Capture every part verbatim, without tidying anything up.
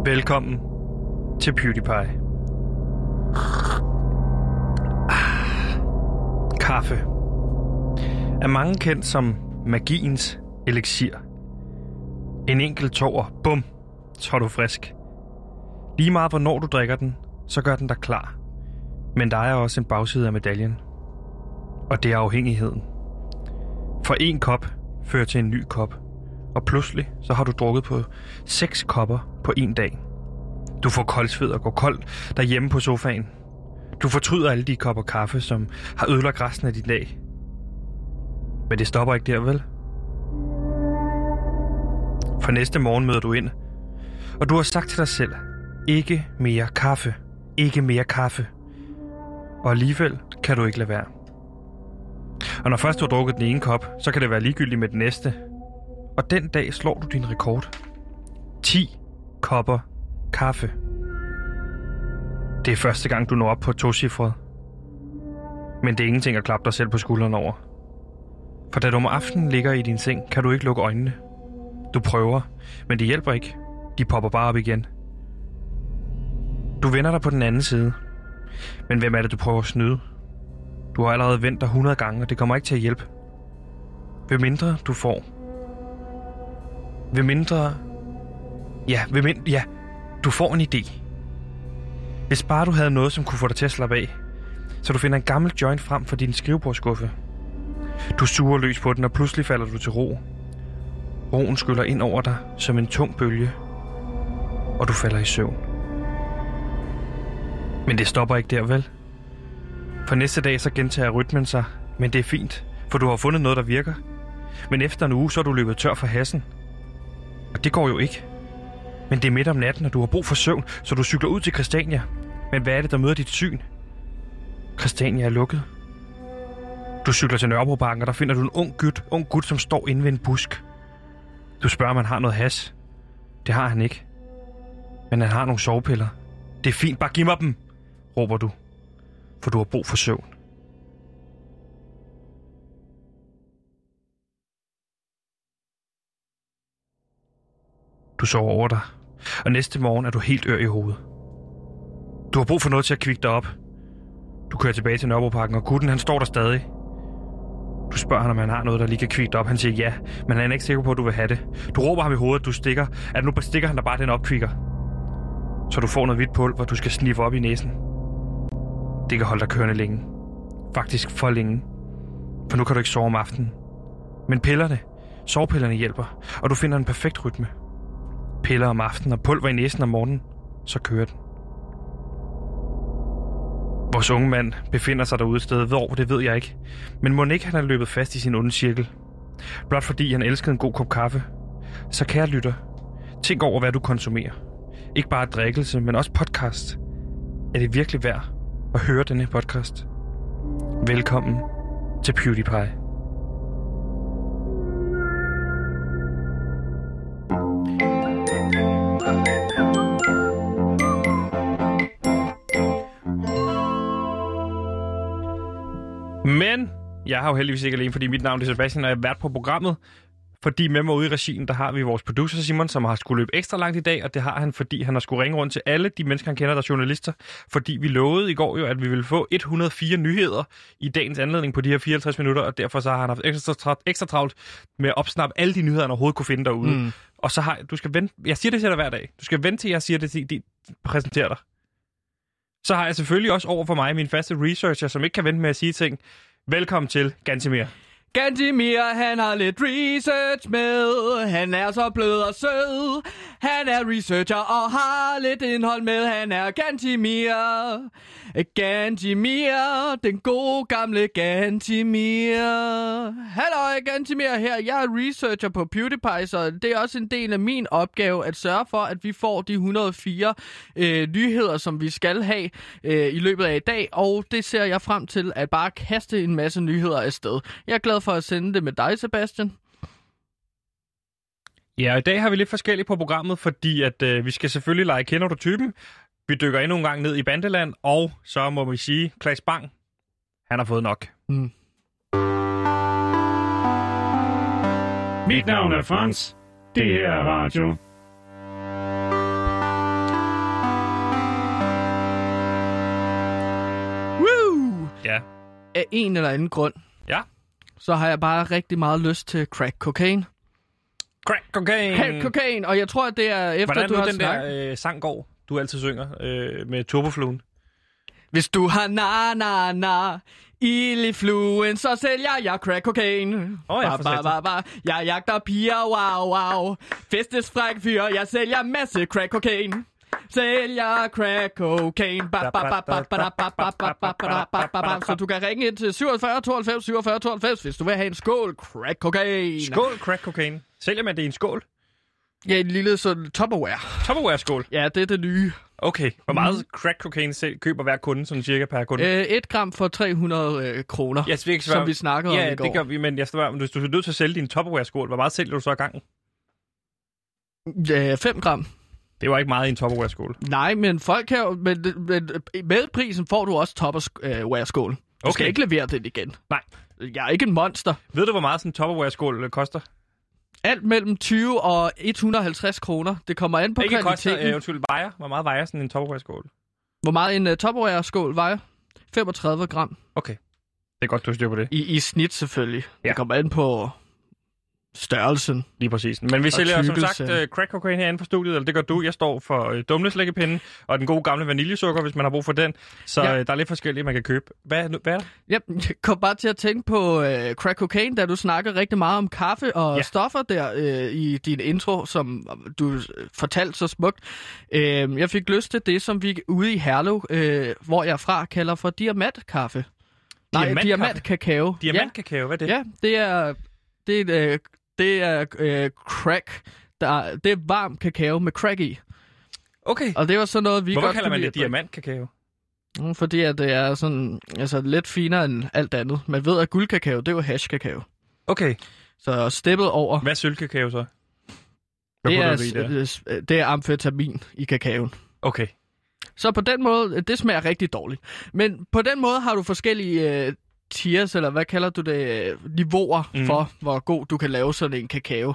Velkommen til PewDiePie. Kaffe er mange kendt som magiens elixir. En enkelt tår, bum, så er du frisk. Lige meget hvornår du drikker den, så gør den dig klar. Men der er også en bagside af medaljen. Og det er afhængigheden. For en kop fører til en ny kop. Og pludselig så har du drukket på seks kopper på en dag. Du får koldsved og går kold derhjemme på sofaen. Du fortryder alle de kopper kaffe, som har ødelagt resten af din dag. Men det stopper ikke der, vel? For næste morgen møder du ind, og du har sagt til dig selv, ikke mere kaffe, ikke mere kaffe. Og alligevel kan du ikke lade være. Og når først du har drukket den ene kop, så kan det være ligegyldigt med den næste. Og den dag slår du din rekord. ti kopper kaffe. Det er første gang, du når op på tocifret. Men det er ingenting at klappe dig selv på skulderen over. For da du om aftenen ligger i din seng, kan du ikke lukke øjnene. Du prøver, men det hjælper ikke. De popper bare op igen. Du vender dig på den anden side. Men hvem er det, du prøver at snyde? Du har allerede vendt dig hundrede gange, og det kommer ikke til at hjælpe. Hvem mindre du får. Hvem mindre... Ja, hvem mindre... Ja, du får en idé. Hvis bare du havde noget, som kunne få dig til at slappe af, så du finder en gammel joint frem for din skrivebordsskuffe. Du suger løs på den, og pludselig falder du til ro. Roen skyller ind over dig som en tung bølge, og du falder i søvn. Men det stopper ikke der, vel? For næste dag så gentager rytmen sig, men det er fint, for du har fundet noget, der virker. Men efter en uge, så er du løbet tør for hassen. Og det går jo ikke. Men det er midt om natten, og du har brug for søvn, så du cykler ud til Christiania. Men hvad er det, der møder dit syn? Christiania er lukket. Du cykler til Nørrebroparken, og der finder du en ung gut, ung gut, som står inde ved en busk. Du spørger, om han har noget hash. Det har han ikke. Men han har nogle sovepiller. Det er fint, bare giv mig dem, råber du. For du har brug for søvn. Du sover over dig, og næste morgen er du helt ør i hovedet. Du har brug for noget til at kvikke dig op. Du kører tilbage til Nørrebroparken, og gutten han står der stadig. Du spørger ham, om han har noget, der lige kan kvikke dig op. Han siger ja, men han er ikke sikker på, at du vil have det. Du råber ham i hovedet, at du stikker, at nu stikker han der bare den opkvikker. Så du får noget hvidt pulver, du skal sniffe op i næsen. Det kan holde dig kørende længe. Faktisk for længe. For nu kan du ikke sove om aftenen. Men pillerne, sovepillerne hjælper, og du finder en perfekt rytme. Piller om aftenen og pulver i næsen om morgenen, så kører den. Vores unge mand befinder sig derude et sted, hvor det ved jeg ikke. Men mon ikke han er løbet fast i sin onde cirkel. Blot fordi han elskede en god kop kaffe. Så kære lytter, tænk over, hvad du konsumerer. Ikke bare drikkelse, men også podcast. Er det virkelig værd at høre denne podcast? Velkommen til PewDiePie. Men jeg har jo heldigvis ikke alene, fordi mit navn er Sebastian, og jeg har været på programmet. Fordi med mig ude i regien, der har vi vores producer Simon, som har skulle løbe ekstra langt i dag, og det har han, fordi han har skulle ringe rundt til alle de mennesker, han kender, der er journalister. Fordi vi lovede i går jo, at vi ville få et hundrede og fire nyheder i dagens anledning på de her fireoghalvtreds minutter, og derfor så har han haft ekstra travlt, ekstra travlt med at opsnappe alle de nyheder, han overhovedet kunne finde derude. Mm. Og så har du skal vente, jeg siger det til dig hver dag, du skal vente til, jeg siger det til, de præsenterer dig. Så har jeg selvfølgelig også over for mig min faste researcher, som ikke kan vente med at sige ting. Velkommen til Gantimir. Gantimir, han har lidt research med. Han er så blød og sød. Han er researcher og har lidt indhold med. Han er Gantimir. Gantimir, den gode gamle Gantimir. Halløj, Gantimir her. Jeg er researcher på PewDiePie, så det er også en del af min opgave at sørge for, at vi får de et hundrede og fire øh, nyheder, som vi skal have øh, i løbet af i dag. Og det ser jeg frem til at bare kaste en masse nyheder afsted. Jeg er glad for at sende det med dig, Sebastian. Ja, i dag har vi lidt forskelligt på programmet, fordi at øh, vi skal selvfølgelig lege Kender du typen? Vi dykker endnu en gang ned i Bandeland, og så må vi sige, Claes Bang, han har fået nok. Mm. Mit navn er Frans. Det her er radio. Ja. af en eller anden grund, Ja. så har jeg bare rigtig meget lyst til crack cocaine. Crack cocaine! Crack cocaine, og jeg tror, at det er efter, Hvordan du har den snakket. der øh, sang går, du altid synger øh, med turbofluen? Hvis du har na na na ild i fluen, så sælger jeg crack cocaine. Åh, ja, ba, for ba, ba, ba. Jeg jagter piger, wow, wow. Festes fræk fyr, jeg sælger masse crack cocaine. Sælger crack cocaine. Ba, ba, ba, ba, ba, ba, ba, ba, ba, ba, ba, ba, ba, ba. Så du kan ringe ind til syvogfyrre tooghalvfems syvogfyrre tooghalvfems, hvis du vil have en skål crack cocaine. Skål crack cocaine. Sælger man det i en skål? Ja, en lille sådan Tupperware. Tupperware-skål? Ja, det er det nye. Okay. Hvor meget mm. crack cocaine selv køber hver kunde, sådan cirka per kunde? Øh, et gram for tre hundrede øh, kroner, ja, som svare... vi snakkede ja, om i går. Ja, det gør vi, men jeg spørger, hvis du er nødt til at sælge din Tupperware-skål, hvor meget sælger du så ad gangen? Ja, fem gram. Det var ikke meget i en Tupperware-skål. Nej, men folk kan jo... Men, men med prisen får du også Tupperware-skål. Du okay. skal ikke levere den igen. Nej. Jeg er ikke en monster. Ved du, hvor meget sådan en Tupperware-skål koster? Alt mellem tyve og et hundrede og halvtreds kroner. Det kommer an på ikke kvaliteten. Ikke koster, øh, undskyld, vejer. Hvor meget vejer sådan en Tupperware-skål? Hvor meget en uh, Tupperware-skål vejer? femogtredive gram. Okay. Det er godt, du styr på det. I, i snit selvfølgelig. Ja. Det kommer an på størrelsen. Lige præcis. Men vi sælger som sagt uh, crack cocaine herinde på studiet, eller det gør du. Jeg står for uh, dumleslæggepinden og den gode gamle vaniljesukker, hvis man har brug for den. Så ja. uh, der er lidt forskellige, man kan købe. Hvad, hvad er det? Ja, jeg kom bare til at tænke på uh, crack cocaine, da du snakker rigtig meget om kaffe og ja. stoffer der uh, i din intro, som du fortalte så smukt. Uh, jeg fik lyst til det, som vi ude i Herlev, uh, hvor jeg er fra, kalder for diamantkaffe. Nej, diamantkakao. Diamantkakao, hvad er det? Ja, det er... Det er uh, Det er øh, crack. Der, det er varm kakao med crack i. Okay. Og det var sådan noget, vi Hvorfor godt kalder man lide det diamantkakao? Mm, fordi at det er sådan, altså lidt finere end alt andet. Man ved, at guldkakao, det er jo hashkakao. Okay. Så steppet over. Hvad er sølvkakao så? Hvad det, er, det, er? det er amfetamin i kakaoen. Okay. Så på den måde, det smager rigtig dårligt. Men på den måde har du forskellige... Øh, tiers, eller hvad kalder du det, niveauer mm. for, hvor god du kan lave sådan en kakao.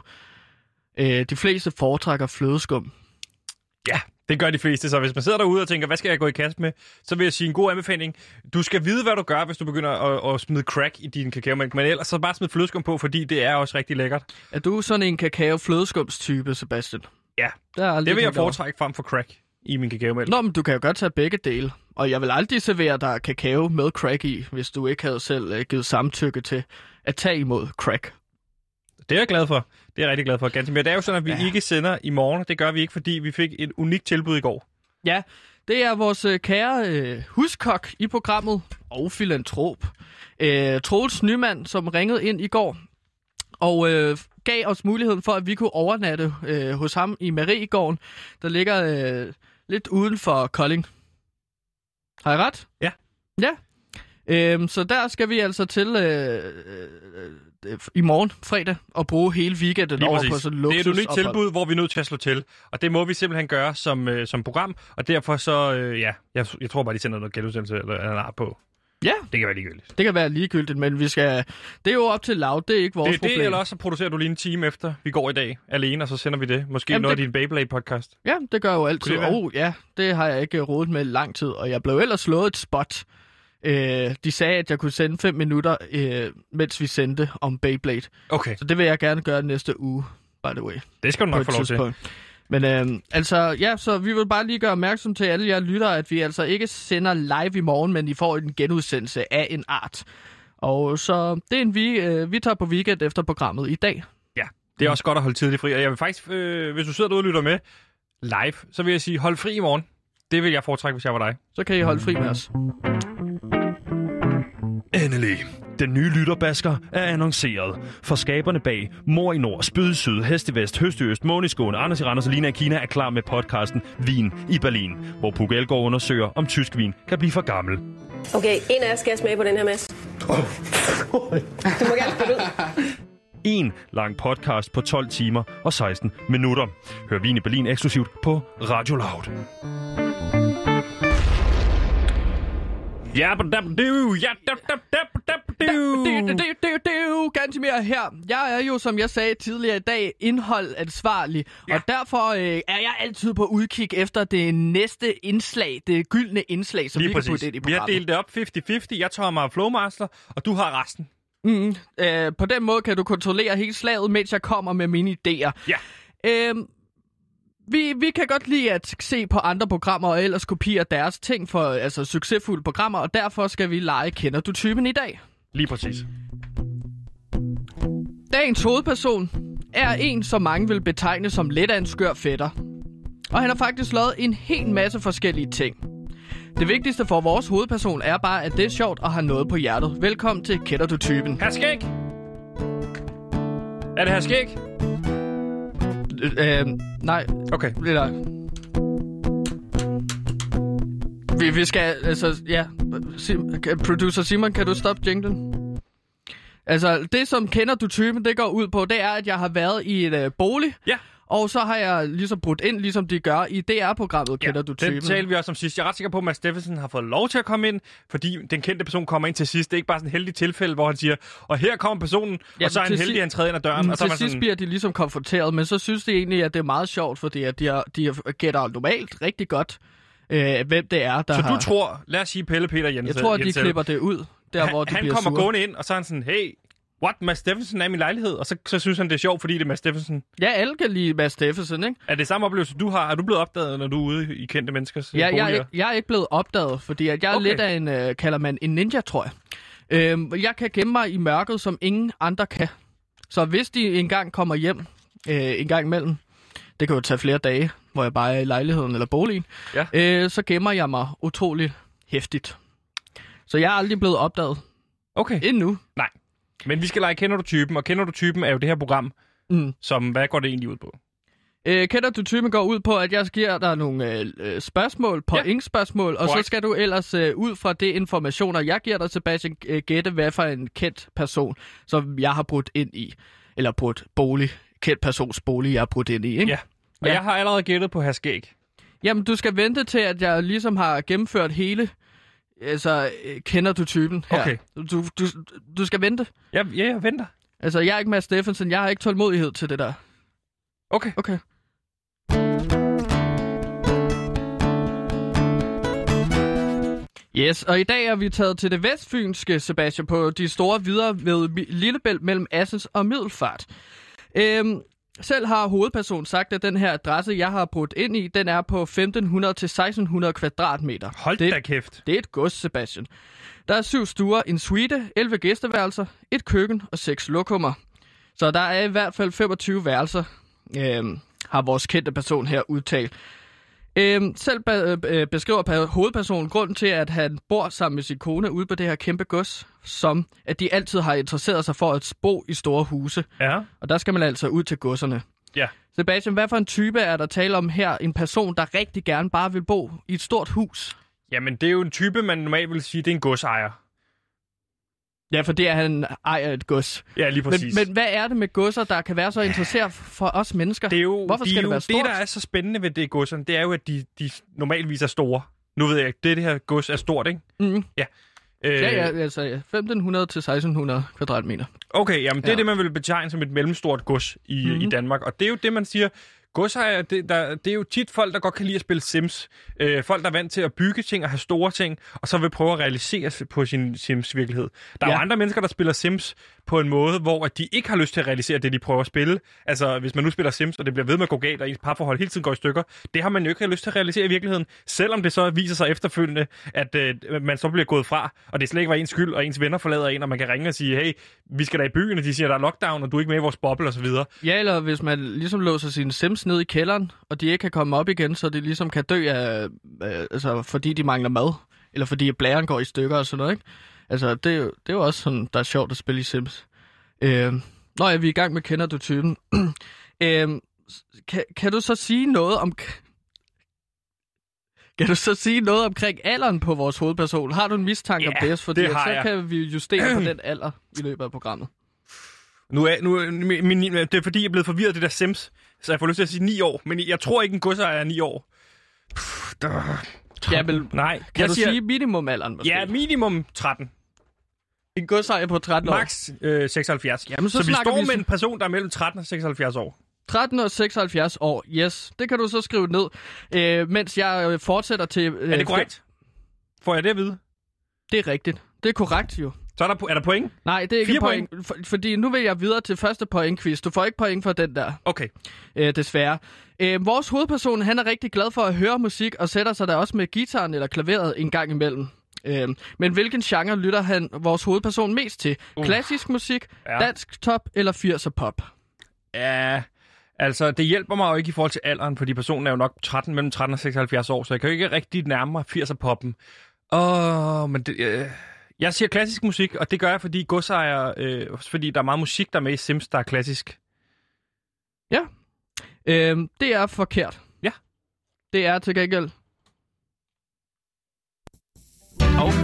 Øh, de fleste foretrækker flødeskum. Ja, det gør de fleste. Så hvis man sidder derude og tænker, hvad skal jeg gå i kast med, så vil jeg sige en god anbefaling. Du skal vide, hvad du gør, hvis du begynder at, at smide crack i din kakaomælk. Men ellers så bare smid flødeskum på, fordi det er også rigtig lækkert. Er du sådan en kakao-flødeskumstype, Sebastian? Ja, det vil jeg foretrække frem for crack i min kakaomælk. Nå, men du kan jo godt tage begge dele. Og jeg vil aldrig servere dig kakao med crack i, hvis du ikke havde selv uh, givet samtykke til at tage imod crack. Det er jeg glad for. Det er jeg rigtig glad for. Ganske mere. Det er jo sådan, at vi ja. ikke sender i morgen. Det gør vi ikke, fordi vi fik et unikt tilbud i går. Ja, det er vores uh, kære uh, huskok i programmet og filantrop. Uh, Troels Nyman, som ringede ind i går og uh, gav os muligheden for, at vi kunne overnatte uh, hos ham i Mariegården, der ligger uh, lidt uden for Kolding. Har jeg ret? Ja. Ja. Øhm, så der skal vi altså til øh, øh, i morgen, fredag, og bruge hele weekenden lige over præcis. På sådan luksus. Det er et unikt tilbud, hvor vi er nødt til at slå til. Og det må vi simpelthen gøre som, øh, som program. Og derfor så, øh, ja, jeg, jeg tror bare, de sender noget genudsendelse eller, eller på. Ja. Det kan være ligegyldigt. Det kan være ligegyldigt, men vi skal... Det er jo op til Loud, det er ikke vores det, problem. Det eller også, så producerer du lige en time efter, vi går i dag alene, og så sender vi det. Måske Jamen, noget det... af din Beyblade-podcast. Ja, det gør jeg jo altid. Åh, oh, ja, det har jeg ikke rodet med lang tid, og jeg blev ellers slået et spot. Øh, de sagde, at jeg kunne sende fem minutter, øh, mens vi sendte om Beyblade. Okay. Så det vil jeg gerne gøre næste uge, by the way. Det skal du nok få lov til. Men øh, altså, ja, så vi vil bare lige gøre opmærksom til alle jer lyttere, at vi altså ikke sender live i morgen, men I får en genudsendelse af en art. Og så det er en vi, øh, vi tager på weekend efter programmet i dag. Ja, det er også godt at holde tidligt fri. Og jeg vil faktisk, øh, hvis du sidder derude og lytter med live, så vil jeg sige, hold fri i morgen. Det vil jeg foretrække, hvis jeg var dig. Så kan I holde fri med os. Endelig. Den nye lytterbasker er annonceret. For skaberne bag Mor i Nord, Spyd i Syd, Hest i Vest, Høst i Øst, Måne i Skåne, Anders i Randers og Lina i Kina er klar med podcasten Vin i Berlin, hvor Puk Elgård undersøger, om tysk vin kan blive for gammel. Okay, en af os skal smage på den her, Mads. Du må gerne spille ud. En lang podcast på tolv timer og seksten minutter. Hør Vin i Berlin eksklusivt på Radio Loud. Ja, but that do. Ja, that that that do. Gantimir her. Jeg er jo, som jeg sagde tidligere i dag, indholdansvarlig. Ja. Og derfor øh, er jeg altid på udkig efter det næste indslag, det gyldne indslag, som Lige vi præcis. kan putte ind i programmet. Vi har delt det op halvtreds halvtreds. Jeg tager mig Flowmaster, og du har resten. Mm, øh, på den måde kan du kontrollere hele slaget, mens jeg kommer med mine idéer. Ja. Øh, Vi, vi kan godt lide at se på andre programmer og ellers kopiere deres ting for altså succesfulde programmer, og derfor skal vi lege Kender du typen i dag. Lige præcis. Dagens hovedperson er en, som mange vil betegne som lidt af en skør fætter. Og han har faktisk lavet en hel masse forskellige ting. Det vigtigste for vores hovedperson er bare, at det er sjovt og har noget på hjertet. Velkommen til Kender du typen. Her skæg? Er det her skæg? Øh, nej. Okay. Eller... Vi, vi skal, altså, ja. Sim, producer Simon, kan du stoppe jinglen? Altså, det som Kender du typen, det går ud på, det er, at jeg har været i en øh, bolig. Ja. Og så har jeg ligesom brudt ind, ligesom de gør i D R-programmet, Kender ja, du typen. det talte vi også om sidst. Jeg er ret sikker på, at Mads Steffensen har fået lov til at komme ind, fordi den kendte person kommer ind til sidst. Det er ikke bare sådan en heldig tilfælde, hvor han siger, og her kommer personen, ja, og så er han heldig, at han træder ind ad døren. Mm, og så til man sidst sådan... bliver de ligesom konfronteret, men så synes de egentlig, at det er meget sjovt, fordi at de, har, de gætter normalt rigtig godt, øh, hvem det er, der Så har... du tror, lad os sige Pelle Peter Jensen. Jeg tror, at de Jensen. klipper det ud, der han, hvor de han bliver kommer sure. gående ind, og så er han sådan, hey... What? Mads Steffensen er i min lejlighed, og så, så synes han, det er sjovt, fordi det er Mads Steffensen. Ja, alle kan lide Mads Steffensen, ikke? Er det samme oplevelse, du har? Er du blevet opdaget, når du er ude i kendte menneskers ja, boliger? jeg, er, jeg er ikke blevet opdaget, fordi at jeg er Okay. lidt af en, øh, kalder man en ninja, tror jeg. Øhm, jeg kan gemme mig i mørket, som ingen andre kan. Så hvis de engang kommer hjem, øh, en gang imellem, det kan jo tage flere dage, hvor jeg bare er i lejligheden eller boligen, Ja. øh, så gemmer jeg mig utroligt hæftigt. Så jeg er aldrig blevet opdaget. Okay. Endnu. Nej. Men vi skal lege Kender du typen, og Kender du typen er jo det her program, Mm. som, hvad går det egentlig ud på? Øh, Kender du typen går ud på, at jeg giver dig nogle øh, spørgsmål, pointspørgsmål, og Correct. så skal du ellers øh, ud fra det informationer, jeg giver dig, Sebastian, øh, gætte, hvad for en kendt person, som jeg har brudt ind i. Eller brudt bolig. Kendt persons bolig, jeg har brudt ind i, ikke? Ja. Og Ja. jeg har allerede gættet på her skæg. Jamen, du skal vente til, at jeg ligesom har gennemført hele... Altså, øh, Kender du typen her. Okay. Du, du, du skal vente. Ja, ja, jeg venter. Altså, jeg er ikke Mads Steffensen, jeg har ikke tålmodighed til det der. Okay. Okay. Yes, og i dag er vi taget til det vestfynske, Sebastian, på de store videre ved Lillebælt mellem Assens og Middelfart. Øhm, selv har hovedpersonen sagt, at den her adresse, jeg har brudt ind i, den er på femten hundrede til seksten hundrede kvadratmeter. Hold det, da kæft. Det er et gods, Sebastian. Der er syv stuer, en suite, elleve gæsteværelser, et køkken og seks lokummer. Så der er i hvert fald femogtyve værelser, øhm, har vores kendte person her udtalt. Øhm, selv be- øh, beskriver hovedpersonen grunden til, at han bor sammen med sin kone ude på det her kæmpe gods, som at de altid har interesseret sig for at bo i store huse. Ja. Og der skal man altså ud til godserne. Ja. Sebastian, hvad for en type er der tale om her? En person, der rigtig gerne bare vil bo i et stort hus? Jamen, det er jo en type, man normalt vil sige, det er en godsejer. Ja, for det er, han ejer et gods. Ja, lige præcis. Men, men hvad er det med godser, der kan være så interesseret for os mennesker? det er jo, Hvorfor de skal er det jo, være stort? Det, der er så spændende ved det godserne, det er jo, at de, de normalvis er store. Nu ved jeg ikke, det, det her gods er stort, ikke? Mm. Ja. Øh, Ja, ja, altså ja. femten hundrede til seksten hundrede kvadratmeter. Okay, jamen det Ja. er det, man vil betegne som et mellemstort gods i, Mhm. i Danmark. Og det er jo det, man siger... Godsejer, det, der, det er jo tit folk, der godt kan lide at spille Sims. Øh, folk, der er vant til at bygge ting og have store ting, og så vil prøve at realisere på sin Sims-virkelighed. Der er Ja. jo andre mennesker, der spiller Sims på en måde, hvor de ikke har lyst til at realisere det, de prøver at spille. Altså, hvis man nu spiller Sims, og det bliver ved med at gå galt, og ens parforhold hele tiden går i stykker, det har man jo ikke lyst til at realisere i virkeligheden, selvom det så viser sig efterfølgende, at øh, man så bliver gået fra, og det slet ikke var ens skyld, og ens venner forlader en, og man kan ringe og sige, hey, vi skal da i byen, og de siger, der er lockdown, og du er ikke med i vores boble, osv. Ja, eller hvis man ligesom låser sine Sims ned i kælderen, og de ikke kan komme op igen, så de ligesom kan dø af, øh, altså fordi de mangler mad, eller fordi blæren går i stykker og sådan noget, ikke? Altså, det er jo, det er jo også sådan, der er sjovt at spille i Sims. Øh, når jeg er vi i gang med Kender du typen. øh, kan, kan du så sige noget om... Kan du så sige noget omkring alderen på vores hovedperson? Har du en mistanke om Ja, det? Fordi det har så jeg. kan vi justere på den alder i løbet af programmet. Nu er, nu, min, min, det er fordi, jeg er blevet forvirret af det der Sims, så jeg får lyst til at sige ni år, men jeg tror ikke, en godsejer er ni år. Puh, der, Ja, men, Nej, kan jeg du siger, sige minimumalderen måske? ja, minimum tretten. En godsejer på tretten år. Max øh, seksoghalvfjerds. Jamen, så så vi snakker står vi med så- en person, der er mellem tretten og seksoghalvfjerds år. tretten og seksoghalvfjerds år, yes. Det kan du så skrive ned, øh, mens jeg øh, fortsætter til... Øh, Er det korrekt? Får jeg det at vide? Det er rigtigt. Det er korrekt jo. Så er der, er der point? Nej, det er ikke Fire et point, point. For, fordi nu vil jeg videre til første pointquiz. Du får ikke point for den der, Okay. øh, desværre. Øh, vores hovedperson, han er rigtig glad for at høre musik, og sætter sig der også med guitaren eller klaveret en gang imellem. Øh, men hvilken genre lytter han vores hovedperson mest til? Uh. Klassisk musik, Ja. dansk top eller firser pop? Ja, altså det hjælper mig jo ikke i forhold til alderen, fordi personen er jo nok tretten, mellem tretten og seksoghalvfjerds år, så jeg kan jo ikke rigtig nærme mig firser-poppen. Åh, men det, øh, jeg siger klassisk musik, og det gør jeg, fordi godsejer, øh, fordi der er meget musik, der er med i Sims, der er klassisk. Ja, øh, det er forkert. Ja. Det er til gengæld... Og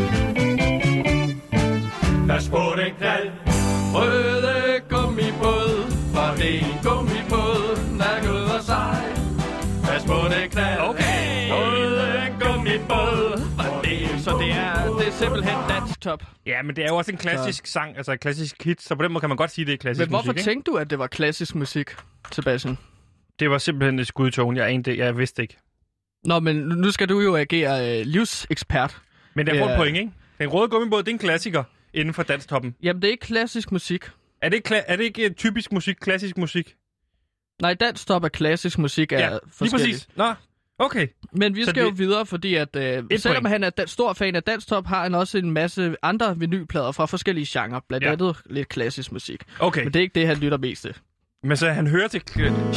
Pas på den knald. Røde gummibåd, for det er en gummibåd, der går ud og sej. Pas på den knald. Okay. Røde gummibåd. Så det er, det er simpelthen dansk top. ja, men det er jo også en klassisk så. sang, altså en klassisk hit, så på den måde kan man godt sige, det er klassisk Men hvorfor musik, ikke? tænkte du, at det var klassisk musik, Sebastian? Det var simpelthen et skud i togen, jeg anede det, jeg vidste ikke. Nå, men nu skal du jo agere øh, livsekspert. Men der får Ja. et point, ikke? Den røde gummibåd, det er en klassiker inden for danstoppen. Jamen, det er ikke klassisk musik. Er det ikke, kla- er det ikke typisk musik, klassisk musik? Nej, dansk top og klassisk musik er Ja, lige forskelligt. præcis. Nå, okay. Men vi Så skal det- jo videre, fordi at øh, selvom point. han er da- stor fan af dansk top, har han også en masse andre vinylplader fra forskellige genrer. Blandt Ja. andet lidt klassisk musik. Okay, Men det er ikke det, han lytter mest til. men så han hører til...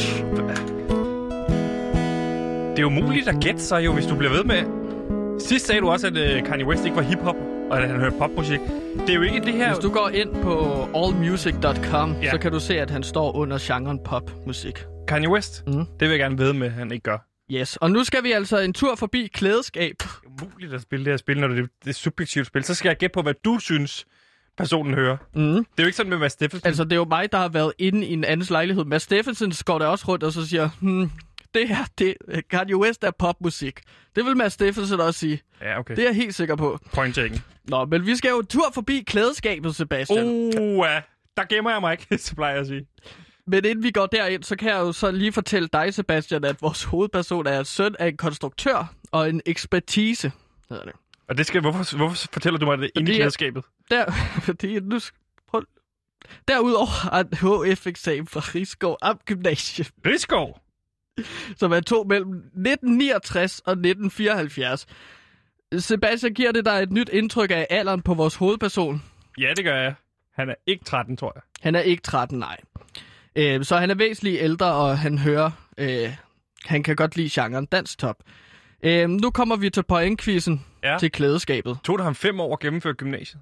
Det er jo muligt at gætte sig jo, hvis du bliver ved med... Sidst sagde du også, at uh, Kanye West ikke var hiphop, og at han hørte popmusik. Det er jo ikke det her... Hvis du går ind på all music punktum com, Ja. så kan du se, at han står under genren popmusik. Kanye West? Mhm. Det vil jeg gerne ved med, at han ikke gør. Yes, og nu skal vi altså en tur forbi klædeskab. Det er umuligt at spille det her spil, når det er det er subjektivt spil. Så skal jeg gætte på, hvad du synes, personen hører. Mm. Det er jo ikke sådan med Mads Steffensen. Altså, det er jo mig, der har været inde i en andens lejlighed. Mads Steffensen går der også rundt og så siger, hmm, det her, det, Kanye West er popmusik. Det vil Mads Steffensen også sige. Ja, okay. Det er jeg helt sikker på. Point taken. Nå, men vi skal jo en tur forbi klædeskabet, Sebastian. Uh, ja. Der gemmer jeg mig ikke, så plejer jeg at sige. Men inden vi går derind, så kan jeg jo så lige fortælle dig, Sebastian, at vores hovedperson er søn af en konstruktør og en ekspertise, hedder det. Og det skal, hvorfor, hvorfor fortæller du mig det inde i Fordi- klædeskabet? Der, fordi nu sk- prøv, derudover har en H F-eksamen fra Rigskov Amt Gymnasium, Rigskov? som er to mellem nitten niogtres og nitten fireoghalvfjerds. Sebastian, giver det dig et nyt indtryk af alderen på vores hovedperson? Ja, det gør jeg. Han er ikke tretten, tror jeg. Han er ikke tretten, nej. Øh, så han er væsentligt ældre, og han hører... Øh, han kan godt lide genren dansk top. Øh, nu kommer vi til pointquizzen Ja. til klædeskabet. Tog det ham fem år at gennemføre gymnasiet?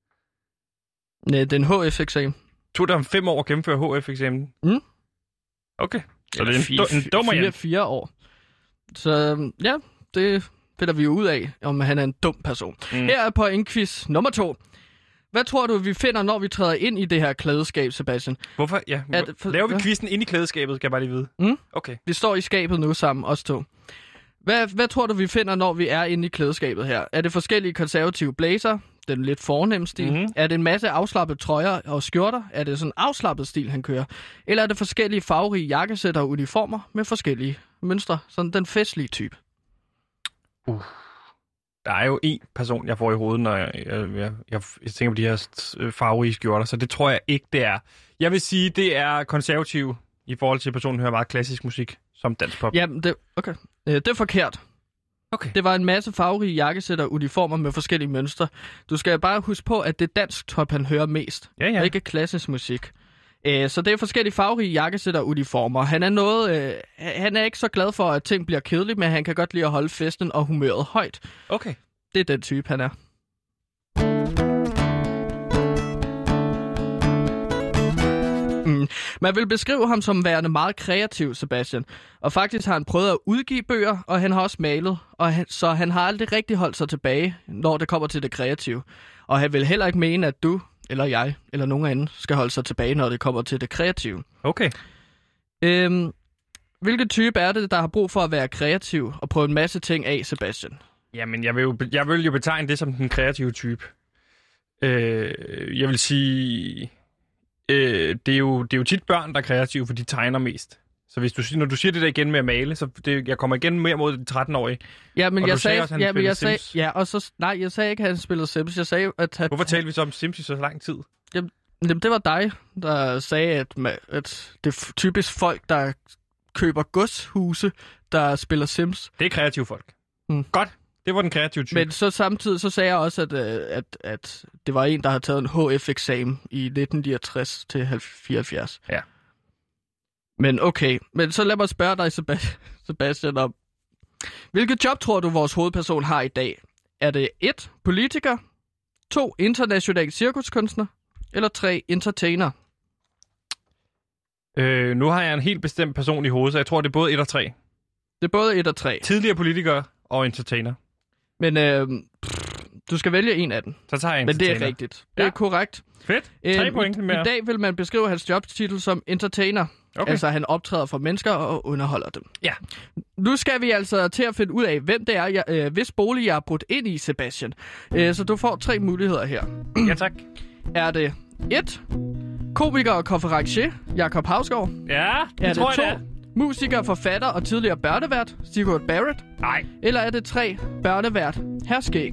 Nej, den H F-eksamen. Tog det ham fem år at gennemføre H F-eksamen? Mm. Okay. Så det er en, fire, du- en dummer fire, Jan. fire år. Så ja, det finder vi jo ud af, om han er en dum person. Mm. Mm. Her er pointquiz nummer to. Hvad tror du, vi finder, når vi træder ind i det her klædeskab, Sebastian? Hvorfor? Ja. Er det for- Laver vi hvad? quizzen inde i klædeskabet, skal jeg bare lige vide. Mm. Okay. Vi står i skabet nu sammen, os to. Hvad, hvad tror du, vi finder, når vi er inde i klædeskabet her? Er det forskellige konservative blazer? Den lidt fornem stil? Mhm. Er det en masse afslappede trøjer og skjorter? Er det sådan en afslappet stil, han kører? Eller er det forskellige farverige jakkesætter og uniformer med forskellige mønstre? Sådan den festlige type. Der er jo en person, jeg får i hovedet, når jeg, jeg, jeg, jeg, jeg tænker på de her øh, farverige skjorter, så det tror jeg ikke, det er. Jeg vil sige, det er konservativ i forhold til, at personen hører meget klassisk musik, som danspop. Jamen, det, okay. Øh, det er forkert. Okay. Det var en masse farverige jakkesætter og uniformer med forskellige mønstre. Du skal bare huske på, at det er dansk top, han hører mest. Ja, ja. Og ikke klassisk musik. Øh, så det er forskellige farverige jakkesætter og uniformer. Han er noget, øh, han er ikke så glad for, at ting bliver kedeligt, men han kan godt lide at holde festen og humøret højt. Okay. Det er den type, han er. Mm. Man vil beskrive ham som værende meget kreativ, Sebastian. Og faktisk har han prøvet at udgive bøger, og han har også malet. Og han, så han har aldrig rigtig holdt sig tilbage, når det kommer til det kreative. Og han vil heller ikke mene, at du, eller jeg, eller nogen anden, skal holde sig tilbage, når det kommer til det kreative. Okay. Øhm, hvilken type er det, der har brug for at være kreativ og prøve en masse ting af, Sebastian? Jamen, jeg vil jo, jeg vil jo betegne det som den kreative type. Øh, jeg vil sige, øh, det, er jo, det er jo tit børn, der er kreative, for de tegner mest. Så hvis du, når du siger det der igen med at male, så det, jeg kommer igen mere mod de tretten-årige. Ja, men og jeg du sagde, sagde også, at han ja, men jeg sagde, Sims. ja, og så, nej, jeg sagde ikke, at han spillede Sims. Jeg sagde, at han, Hvorfor talte vi så om Sims i så lang tid? Jamen, jamen, det var dig, der sagde, at, at det er typisk folk, der køber godshuse, der spiller Sims. Det er kreative folk. Hmm. Godt. Det var den kreative type. Men så samtidig så sagde jeg også, at, at, at det var en, der havde taget en H F-eksamen i nitten niogtres til fireoghalvfjerds. Ja. Men okay, men så lad mig spørge dig, Sebastian, om hvilket job tror du, vores hovedperson har i dag? Er det et politiker, to international cirkuskunstner, eller tre entertainer? Øh, nu har jeg en helt bestemt person i hovedet, så jeg tror, det er både et og tre. Det er både et og tre. Tidligere politiker og entertainer. Men øh, pff, du skal vælge en af dem. Så tager jeg Men entertainer. det er rigtigt. Det Ja. er korrekt. Fedt. Tre Øhm, point i, mere. I dag vil man beskrive hans jobtitel som entertainer. Okay. Altså, han optræder for mennesker og underholder dem. Ja. Nu skal vi altså til at finde ud af, hvem det er, jeg, øh, hvis bolig jeg har brudt ind i, Sebastian. Øh, så du får tre muligheder her. Ja, tak. Er det et komiker og konferencier, Jakob Hausgaard? Ja, det Er tror det jeg, to musiker, forfatter og tidligere børnevært, Sigurd Barrett? Nej. Eller er det tre børnevært, Herskæg?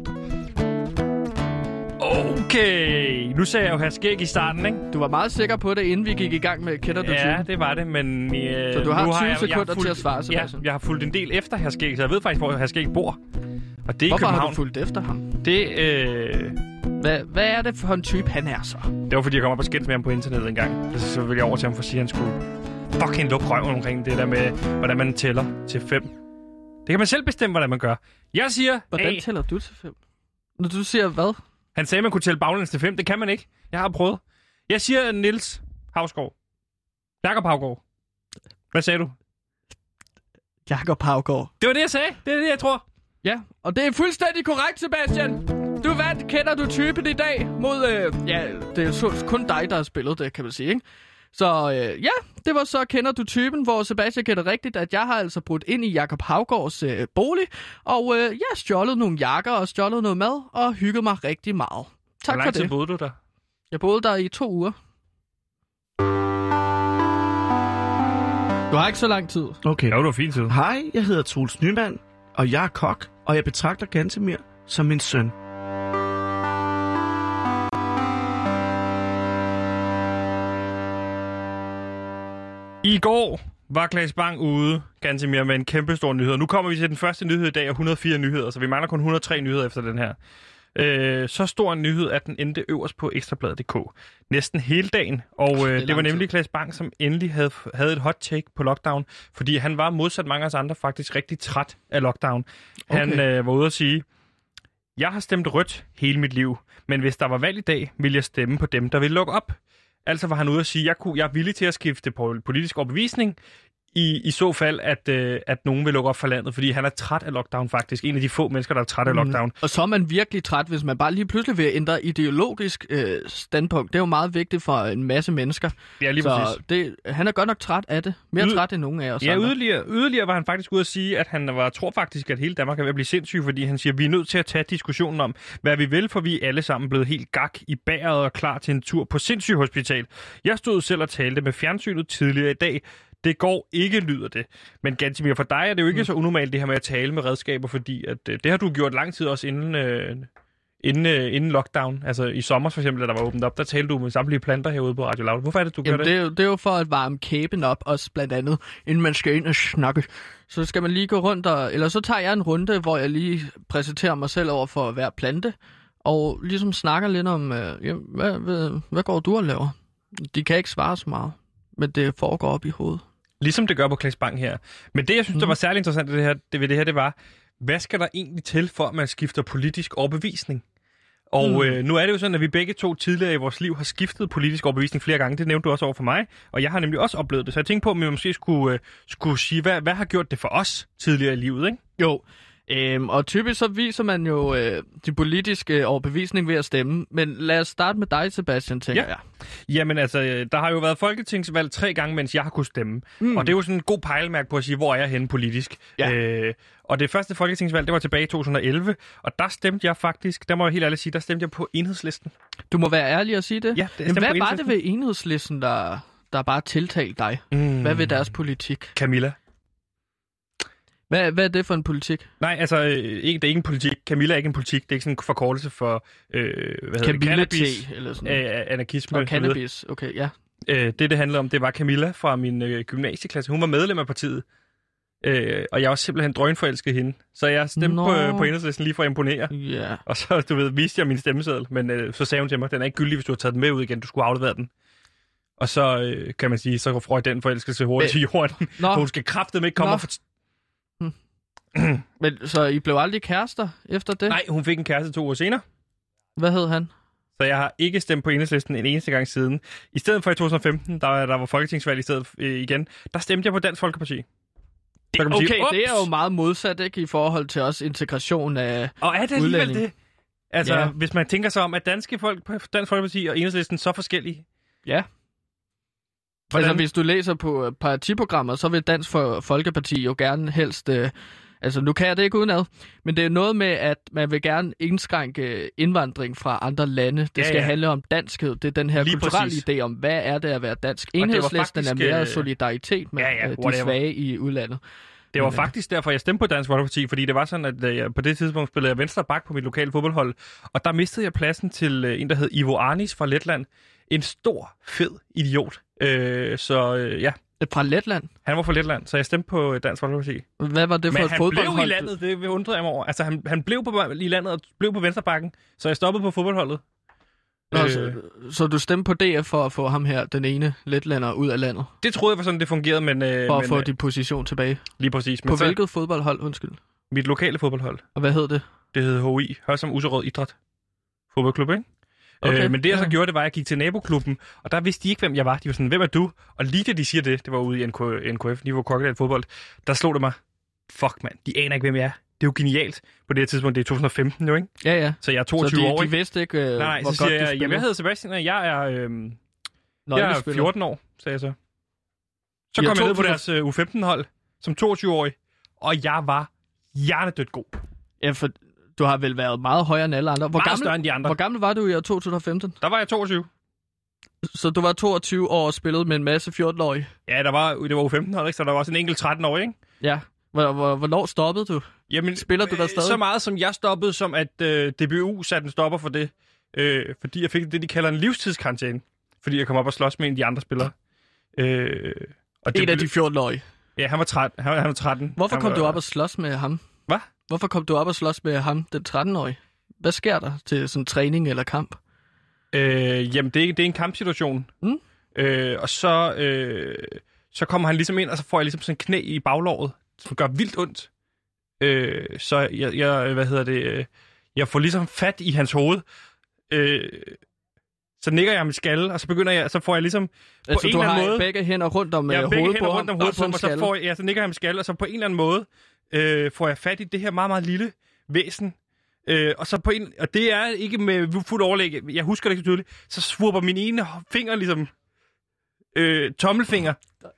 Okay. Nu sagde jeg jo her skæg i starten, ikke? Du var meget sikker på det, inden vi gik i gang med Kender du Ja, typen? det var det, men... Øh, Så du har nu tyve jeg, jeg sekunder fulgt, til at svare, Sebastian. Ja, jeg har fulgt en del efter her skæg, så jeg ved faktisk, hvor her skæg bor. Og det er i Hvorfor har København. du fulgt efter ham? Det, øh, Hvad, hvad er det for en type, han er så? det var, fordi jeg kom op og skændte med ham på internettet en gang. Så ville jeg over til ham for at sige, at han skulle fucking lukke røven omkring det der med, hvordan man tæller til fem. Det kan man selv bestemme, hvordan man gør. Jeg siger Hvordan A. tæller du til fem? Når du siger hvad? Han sagde, at man kunne tælle baglæns til fem. Det kan man ikke. Jeg har prøvet. Jeg siger Niels Hausgaard. Jakob Hausgaard. Hvad sagde du? Jakob Haugård. Det var det, jeg sagde. Det er det, jeg tror. Ja, og det er fuldstændig korrekt, Sebastian. Du vandt, Kender du typen i dag mod... Øh, ja, det er så kun dig, der har spillet det, kan man sige, ikke? Så øh, ja, det var så Kender du typen, hvor Sebastian gætter rigtigt, at jeg har altså brudt ind i Jakob Haugårds øh, bolig, og øh, jeg har stjålet nogle jakker og stjålet noget mad, og hygget mig rigtig meget. Tak Hvor for lang tid det. boede du der? Jeg boede der i to uger. Du har ikke så lang tid. Okay. Ja, det var fint tid. Hej, jeg hedder Troels Nyman, og jeg er kok, og jeg betragter Gantemir som min søn. I går var Claes Bang ude, Gantemir, med en kæmpe stor nyhed. Nu kommer vi til den første nyhed i dag af et hundrede og fire nyheder, så vi mangler kun et hundrede og tre nyheder efter den her. Øh, så stor en nyhed, at den endte øverst på ekstrabladet punktum d k. Næsten hele dagen, og øh, det, det var nemlig Claes Bang, som endelig havde, havde et hot take på lockdown, fordi han var modsat mange af os andre faktisk rigtig træt af lockdown. Han Okay. øh, var ude at sige, jeg har stemt rødt hele mit liv, men hvis der var valg i dag, ville jeg stemme på dem, der ville lukke op. Altså var han ude at sige, jeg, kunne, jeg er villig til at skifte på politisk overbevisning, i, i så fald, at, øh, at nogen vil lukke op for landet, fordi han er træt af lockdown faktisk. En af de få mennesker, der er træt af Mm. lockdown. Og så er man virkelig træt, hvis man bare lige pludselig vil ændre ideologisk øh, standpunkt. Det er jo meget vigtigt for en masse mennesker. Ja, lige så præcis. det, han er godt nok træt af det. Mere Yd- træt end nogen af os Ja, andre. yderligere, yderligere var han faktisk ude at sige, at han var, tror faktisk, at hele Danmark er ved at blive sindssyg, fordi han siger, at vi er nødt til at tage diskussionen om, hvad vi vil, for vi er alle sammen blevet helt gak i bæret og klar til en tur på sindssygehospital. Jeg stod selv og talte med fjernsynet tidligere i dag. Det går ikke, lyder det. Men Gantemir, for dig er det jo ikke mm. så unormalt det her med at tale med redskaber, fordi at, øh, det har du gjort lang tid også inden, øh, inden, øh, inden lockdown. Altså i sommer for eksempel, da der var åbent op, der talte du med samtlige planter herude på Radio Loud. Hvorfor er det, du Jamen, gør det? det? Er jo, det er jo for at varme kæben op, også blandt andet, inden man skal ind og snakke. Så skal man lige gå rundt, og, eller så tager jeg en runde, hvor jeg lige præsenterer mig selv over for hver plante, og ligesom snakker lidt om, øh, jamen, hvad, hvad, hvad går du og laver? De kan ikke svare så meget, men det foregår op i hovedet. Ligesom det gør på Claes Bang her. Men det, jeg synes, mm. der var særlig interessant ved det, her, det, ved det her, det var, hvad skal der egentlig til, for at man skifter politisk overbevisning? Og mm. øh, nu er det jo sådan, at vi begge to tidligere i vores liv har skiftet politisk overbevisning flere gange. Det nævnte du også over for mig, og jeg har nemlig også oplevet det. Så jeg tænkte på, om vi måske skulle, øh, skulle sige, hvad, hvad har gjort det for os tidligere i livet, ikke? Jo, Øhm, og typisk så viser man jo øh, de politiske overbevisning ved at stemme. Men lad os starte med dig, Sebastian, tænker Ja. jeg. Jamen altså, der har jo været folketingsvalg tre gange, mens jeg har kunnet stemme. Mm. Og det er jo sådan en god pejlemærke på at sige, hvor er jeg henne politisk. Ja. Øh, og det første folketingsvalg, det var tilbage i to tusind og elleve. Og der stemte jeg faktisk, der må jeg helt ærligt sige, der stemte jeg på Enhedslisten. Du må være ærlig og sige det. Ja, det Men stemte hvad på var det ved Enhedslisten, der, der bare tiltalte dig? Mm. Hvad ved deres politik? Camilla. Hvad, hvad er det for en politik? Nej, altså, øh, ikke, det er ikke en politik. Camilla er ikke en politik. Det er ikke sådan en forkortelse for, øh, hvad hedder det? Cannabis. Eller sådan noget. Øh, anarkisme. Og cannabis, okay, ja. Øh, det, det handlede om, det var Camilla fra min øh, gymnasieklasse. Hun var medlem af partiet. Øh, og jeg var simpelthen drønforelsket hende. Så jeg stemte på, øh, på Enhedslisten lige for at imponere. Ja. Og så, du ved, viste jeg min stemmeseddel. Men øh, så sagde hun til mig, den er ikke gyldig, hvis du har taget den med ud igen. Du skulle aflevere den. Og så, øh, kan man sige, så røg den forelskelse hurtigt til jorden. Nå. Hun skal kraftedeme ikke komme Nå. og for... Men så I blev aldrig kærester efter det? Nej, hun fik en kæreste to år senere. Hvad hed han? Så jeg har ikke stemt på Enhedslisten en eneste gang siden. I stedet for i to tusind og femten, der, der var folketingsvalg i stedet øh, igen, der stemte jeg på Dansk Folkeparti. Så kan man Okay, sige, det er jo meget modsat, ikke? I forhold til også integration af og er det alligevel udlændinge. det? Altså, Ja. hvis man tænker sig om, at danske folk, Dansk Folkeparti og Enhedslisten så forskellige. Ja. Hvordan? Altså, hvis du læser på partiprogrammer, så vil Dansk Folkeparti jo gerne helst... Øh, altså, nu kan jeg det ikke udenad, men det er noget med, at man vil gerne indskrænke indvandring fra andre lande. Det Ja, skal ja. handle om danskhed. Det er den her Lige kulturelle præcis. idé om, hvad er det at være dansk. det var Enhedslisten faktisk, er mere øh, solidaritet med ja, ja, øh, de whatever. svage i udlandet. Det var Men, øh, faktisk derfor, jeg stemte på Dansk Folkeparti, fordi det var sådan, at øh, på det tidspunkt spillede jeg venstre bak på mit lokale fodboldhold, og der mistede jeg pladsen til øh, en, der hed Ivo Arnis fra Letland. En stor, fed idiot. Øh, så øh, ja, Fra Letland? han var fra Letland, så jeg stemte på øh, Dansk Folkeparti. Hvad var det for Men et han fodboldhold? blev i landet, det undrede jeg mig over. Altså, han, han blev på, i landet og blev på venstrebakken, så jeg stoppede på fodboldholdet. Nå, Øh, så, så du stemte på D F for at få ham her, den ene letlander, ud af landet? Det troede jeg var sådan, det fungerede, men... Øh, For at men, få øh, din position tilbage? lige præcis. Men På så, hvilket fodboldhold, undskyld? mit lokale fodboldhold, Og hvad hed det? det hed H I, Hørsholm Userød Idræt Fodboldklub, ikke? Okay, Øh, men det jeg så ja. gjorde, det var, at jeg gik til naboklubben, og der vidste de ikke, hvem jeg var. De var sådan, hvem er du? Og lige da de siger det, det var ude i N K F, Niveau Kokkedal Fodbold, der slog det mig, fuck mand, de aner ikke, hvem jeg er. Det er jo genialt. På det her tidspunkt, det er to tusind og femten jo, ikke? Ja, ja. Så jeg er Så toogtyve de, år, de ikke? vidste ikke, øh, Nej, nej, hvor så godt siger du jeg, spillede? jamen jeg hedder Sebastian, og jeg er, øh, jeg er Nøglespiller. fjorten år, sagde jeg så. Så I kom har jeg ned på to- deres øh, U femten-hold som toogtyve-årig, og jeg var hjernedødt god. Ja, for du har vel været meget højere end alle andre. Hvor, Meget gammel, større end de andre. hvor gammel var du i år to tusind og femten? Der var jeg toogtyve. Så du var toogtyve år og spillede med en masse fjorten-årige? Ja, der var, det var U femten-hold, ikke? Så der var også en enkelt tretten-årig, ikke? Ja. Hvor, hvor, hvornår stoppede du? Jamen, Spiller du der øh, stadig? Så meget som jeg stoppede, som at øh, D B U satte en stopper for det. Øh, fordi jeg fik det, de kalder en livstidskarantæne. Fordi jeg kom op og slås med en af de andre spillere. Øh, og det En af blev- de fjorten-årige. Ja, han var, tretten, han, var- han var tretten. Hvorfor han kom var, du op og slås med ham? Hvad? Hvorfor kom du op og slås med ham, den tretten-årige? Hvad sker der til sådan træning eller kamp? Øh, jamen, det er, det er en kampsituation. Mm. Øh, og så, øh, så kommer han ligesom ind, og så får jeg ligesom sådan en knæ i baglåret, som gør vildt ondt. Øh, så jeg, jeg, hvad hedder det, øh, jeg får ligesom fat i hans hoved. Øh, så nikker jeg ham i skalle, og så begynder jeg, så får jeg ligesom på Altså, en du eller har anden måde... begge hænder rundt om Jeg øh, har begge hovedet hænder på rundt ham, om hovedet på og ham, og så så, får jeg, ja, så nikker jeg ham i skalle, og så på en eller anden måde øh, får jeg fat i det her meget, meget lille væsen. Øh, og så på en, og det er ikke med fuld overlæg, jeg husker det ikke så tydeligt, så svurper min ene finger ligesom øh, tommelfinger.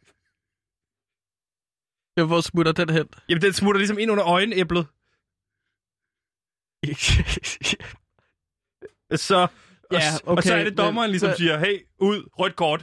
Hvor smutter den hen? Jamen, den smutter ligesom ind under øjenæblet. Så, og, Ja, og okay, så er det dommeren men- ligesom så- siger, hey, ud, rødt kort.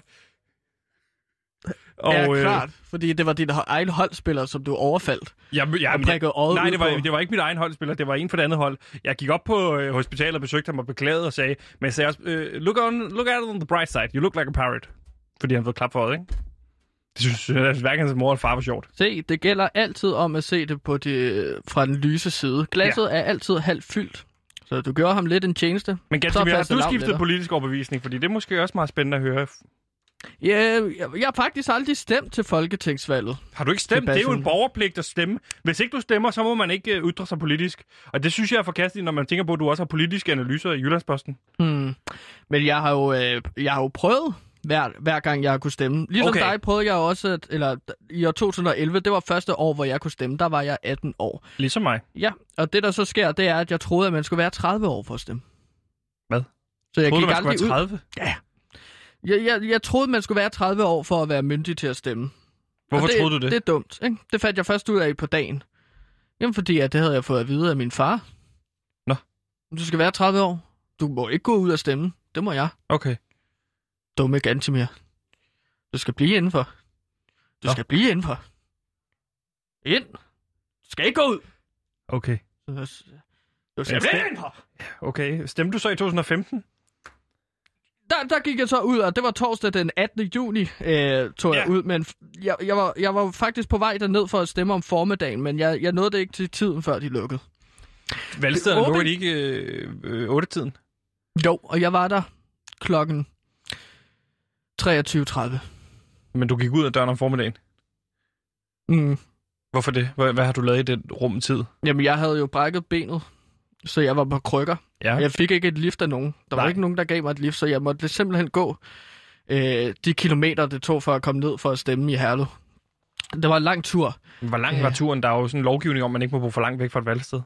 Og, Ja, øh, klart. Fordi det var din egen holdspiller, som du overfaldt. Jeg, jeg, Og prikkede øjet nej, ud det var, på. det var ikke mit egen holdspiller, det var en for det andet hold. Jeg gik op på øh, hospitalet og besøgte ham og beklagede og sagde, men jeg sagde også, øh, look, on, look at it on the bright side, you look like a parrot. Fordi han fik klap for øjet, ikke? Det synes jeg, at hverken hans mor eller far var sjovt. Se, det gælder altid om at se det på det, fra den lyse side. Glasset ja. er altid halvt fyldt. Så du gjorde ham lidt en tjeneste. Men Så Gantemir, er har du fastelavn skiftet lettere. politisk overbevisning? Fordi det er måske også meget spændende at høre. Ja, jeg, jeg har faktisk aldrig stemt til folketingsvalget. Har du ikke stemt? Det er jo Sebastian. en borgerpligt at stemme. Hvis ikke du stemmer, så må man ikke uh, ytre sig politisk. Og det synes jeg er forkasteligt, når man tænker på, at du også har politiske analyser i Jyllandsposten. Hmm. Men jeg har jo, øh, jeg har jo prøvet hver, hver gang jeg kunne stemme. Ligesom Okay. dig prøvede jeg også, at, eller i år to tusind og elleve, det var første år, hvor jeg kunne stemme. Der var jeg atten år. Ligesom mig. Ja, og det der så sker, det er, at jeg troede, at man skulle være tredive år for at stemme. Hvad? Så jeg Troede du, gik man skulle aldrig være ud. tredive? Ja. Jeg, jeg, jeg troede, man skulle være tredive år for at være myndig til at stemme. Hvorfor Og det, troede du det? Det er dumt, ikke? Det fandt jeg først ud af på dagen. Jamen, fordi at det havde jeg fået at vide af min far. Nå. Du skal være tredive år. Du må ikke gå ud og stemme. Det må jeg. Okay. Dumme Gantemir. Du skal blive indenfor. Du Nå. skal blive indenfor. Ind. Du skal ikke gå ud. Okay. Du skal Jeg blive stem- indenfor. Okay. Stemte du så i to tusind og femten? Der, der gik jeg så ud, og det var torsdag den attende juni, øh, tog jeg Ja. ud. Men jeg, jeg, var, jeg var faktisk på vej derned for at stemme om formiddagen, men jeg, jeg nåede det ikke til tiden, før de lukkede. Valgstederne Det er lukker åbent. de ikke øh, øh, otte-tiden? Jo, og jeg var der klokken treogtyve tredive. Men du gik ud af døren om formiddagen. Mm. Hvorfor det? Hvad, hvad har du lavet i det rum tid? Jamen, jeg havde jo brækket benet, så jeg var på krykker. Ja. Jeg fik ikke et lift af nogen. Der var Nej. ikke nogen, der gav mig et lift, så jeg måtte simpelthen gå øh, de kilometer, det tog for at komme ned for at stemme i Herlev. Det var en lang tur. Hvor lang Ja. var turen? Der er jo sådan en lovgivning om, at man ikke må bo for langt væk fra et valgsted.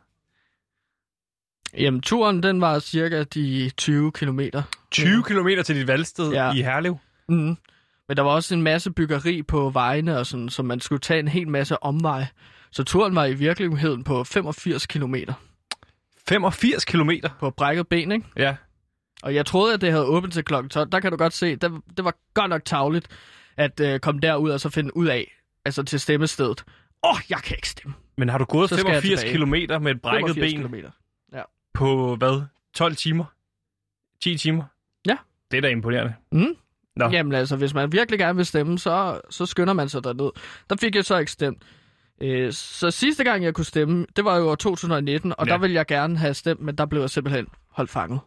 Jamen, turen, den var cirka de tyve kilometer. tyve kilometer til dit valgsted Ja. i Herlev. Mm. Men der var også en masse byggeri på vejene, og sådan, så man skulle tage en hel masse omveje. Så turen var i virkeligheden på femogfirs kilometer femogfirs kilometer? på brækket ben, ikke? Ja. Og jeg troede, at det havde åbent til klokken tolv. Der kan du godt se, det, det var godt nok tarveligt at øh, komme derud og så finde ud af, altså til stemmestedet. Åh, oh, jeg kan ikke stemme. Men har du gået Så skal jeg femogfirs tilbage. kilometer med et brækket femogfirs ben kilometer. på, hvad, tolv timer? ti timer? Ja. Det er da imponerende. Mm. Nå. Jamen altså, hvis man virkelig gerne vil stemme, så, så skynder man sig derned. Der fik jeg så ikke stemt. Øh, så sidste gang, jeg kunne stemme, det var jo år to tusind og nitten, og Ja. der ville jeg gerne have stemt, men der blev jeg simpelthen holdt fanget.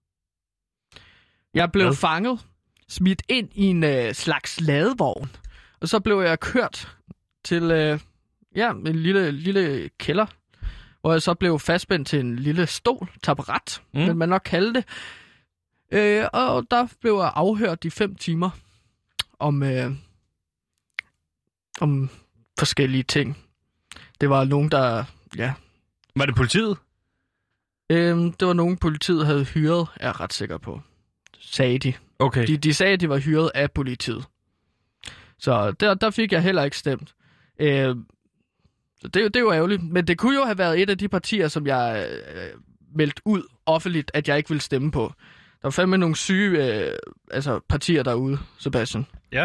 Jeg blev Hvad? fanget, smidt ind i en øh, slags ladevogn, og så blev jeg kørt til øh, ja, en lille, lille kælder, hvor jeg så blev fastspændt til en lille stol, taburet, mm. vil man nok kalde det. Øh, og der blev jeg afhørt i fem timer om, øh, om forskellige ting. Det var nogen, der... Ja, Var det politiet? øh, det var nogen, politiet havde hyret, er jeg ret sikker på. Sagde de. Okay. De, de sagde, at de var hyret af politiet. Så der, der fik jeg heller ikke stemt. Øh, så det, det er jo ærgerligt. Men det kunne jo have været et af de partier, som jeg øh, meldte ud offentligt, at jeg ikke ville stemme på. Der var fandme nogle syge øh, altså partier derude, Sebastian. Ja.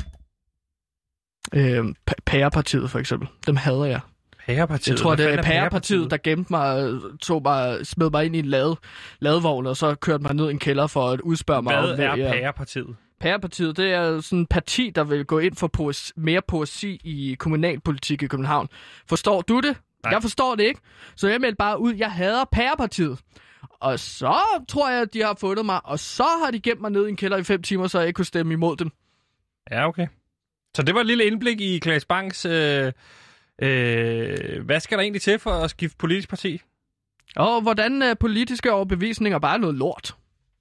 Øh, P- Pærepartiet for eksempel. Dem hader jeg. Pærepartiet? Jeg tror, Hvad det er fanden Pærepartiet, der gemte mig, tog mig, smed mig ind i en lade, ladevogn, og så kørte mig ned i en kælder for at udspørge mig Hvad om, er jeg- Pærepartiet? Pærepartiet, det er sådan et parti, der vil gå ind for poesi, mere poesi i kommunalpolitik i København. Forstår du det? Nej. Jeg forstår det ikke. Så jeg meldte bare ud, jeg hader Pærepartiet. Og så tror jeg, at de har fundet mig, og så har de gemt mig ned i en kælder i fem timer, så jeg ikke kunne stemme imod dem. Ja, okay. Så det var et lille indblik i Claes Bangs... Øh, øh, hvad skal der egentlig til for at skifte politisk parti? Og hvordan uh, politiske overbevisninger bare er noget lort.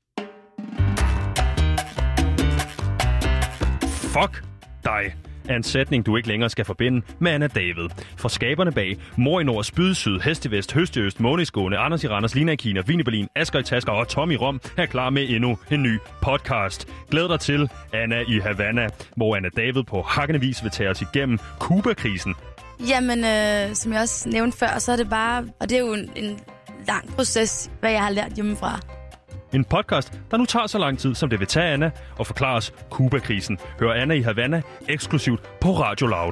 Fuck dig er en sætning, du ikke længere skal forbinde med Anna David. For skaberne bag Mor i Nord, Spyd i Syd, Hest i Vest, Høst i Øst, Måne i Skåne, Anders i Randers, Lina i Kina, Vin i Berlin, Asger i Tasker og Tommy i Rom er klar med endnu en ny podcast. Glæd dig til Anna i Havana, hvor Anna David på hakkende vis vil tage os igennem Cuba-krisen. Jamen, øh, som jeg også nævnte før, så er det bare... Og det er jo en, en lang proces, hvad jeg har lært hjemmefra. En podcast, der nu tager så lang tid, som det vil tage Anna og forklare os Cuba-krisen. Hør Anna i Havana eksklusivt på Radio Loud.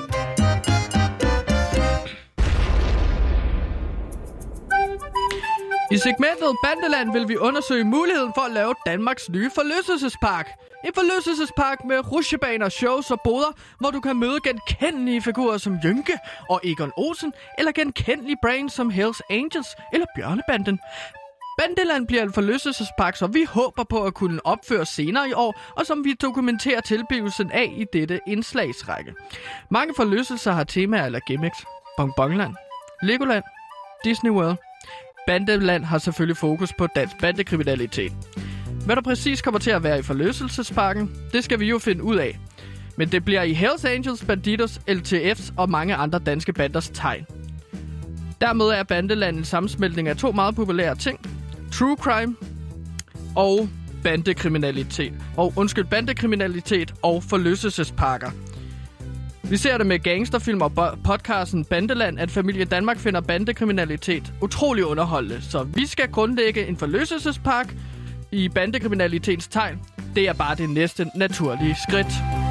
I segmentet Bandeland vil vi undersøge muligheden for at lave Danmarks nye forlystelsespark. En forlystelsespark med rutsjebaner, shows og boder, hvor du kan møde genkendelige figurer som Jynke og Egon Olsen, eller genkendelige brains som Hells Angels eller Bjørnebanden. Bandeland bliver en forlystelsespark, som vi håber på at kunne opføre senere i år, og som vi dokumenterer tilblivelsen af i dette indslagsrække. Mange forlystelser har temaer eller gimmicks. Bonbonland, Legoland, Disney World. Bandeland har selvfølgelig fokus på dansk bandekriminalitet. Hvad der præcis kommer til at være i forlystelsesparken, det skal vi jo finde ud af. Men det bliver i Hells Angels, Bandidos, L T F's og mange andre danske banders tegn. Dermed er Bandeland en sammensmeltning af to meget populære ting. True crime og bandekriminalitet. Og undskyld, bandekriminalitet og forlystelsesparker. Vi ser det med gangsterfilm og podcasten Bandeland, at familie Danmark finder bandekriminalitet utrolig underholdende. Så vi skal grundlægge en forlystelsespark i bandekriminalitets tegn. Det er bare det næste naturlige skridt.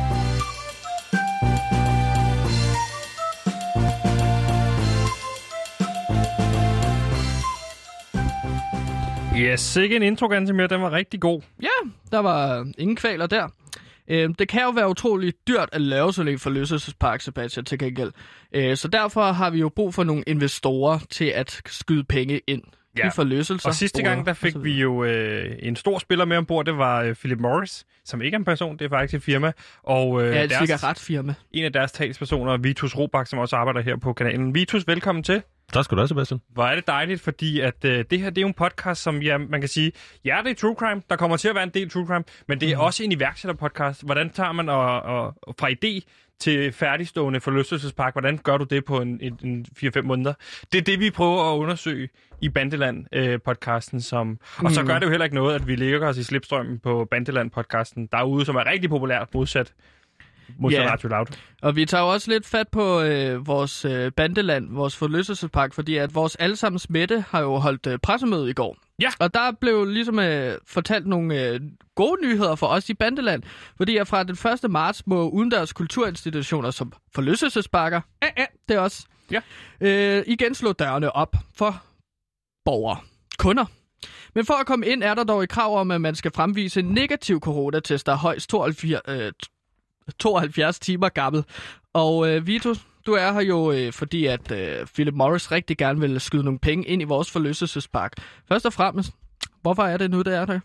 Yes, sikke en intro, Gantemir. Den var rigtig god. Ja, der var ingen kvaler der. Øh, det kan jo være utroligt dyrt at lave sådan en forlystelsespark, Sebastian, til gengæld. Øh, så derfor har vi jo brug for nogle investorer til at skyde penge ind ja. i forlystelser. Og sidste gang, der fik vi jo øh, en stor spiller med ombord. Det var øh, Philip Morris, som ikke er en person, det er faktisk et firma. Og, øh, ja, et cigaretfirma. En af deres talspersoner, Vitus Robach, som også arbejder her på kanalen. Vitus, velkommen til. Tak skal du have, Sebastian. Hvor er det dejligt, fordi at øh, det her, det er jo en podcast, som ja, man kan sige, ja, det er true crime, der kommer til at være en del true crime, men det er mm. også en iværksætterpodcast. Hvordan tager man og, og, og fra idé til færdigstående forlystelsespark, hvordan gør du det på en, en, en fire fem måneder? Det er det, vi prøver at undersøge i Bandeland-podcasten. Øh, som, og mm. så gør det jo heller ikke noget, at vi ligger os i slipstrømmen på Bandeland-podcasten derude, som er rigtig populært modsat. Ja, yeah. Og vi tager jo også lidt fat på øh, vores øh, Bandeland, vores forlystelsespark, fordi at vores allesammens Mette har jo holdt øh, pressemøde i går. Ja. Og der blev ligesom øh, fortalt nogle øh, gode nyheder for os i Bandeland, fordi at fra den første marts må udendørs kulturinstitutioner som forlystelsesparker, ja, ja, det er også, ja. øh, igen slå dørene op for borgere, kunder. Men for at komme ind er der dog et krav om, at man skal fremvise en negativ coronatest, der er højst tooghalvfjerds, øh, tooghalvfjerds timer gammel. Og øh, Vitus, du er her jo, øh, fordi at øh, Philip Morris rigtig gerne vil skyde nogle penge ind i vores forlystelsespark. Først og fremmest, hvorfor er det nu, det er det?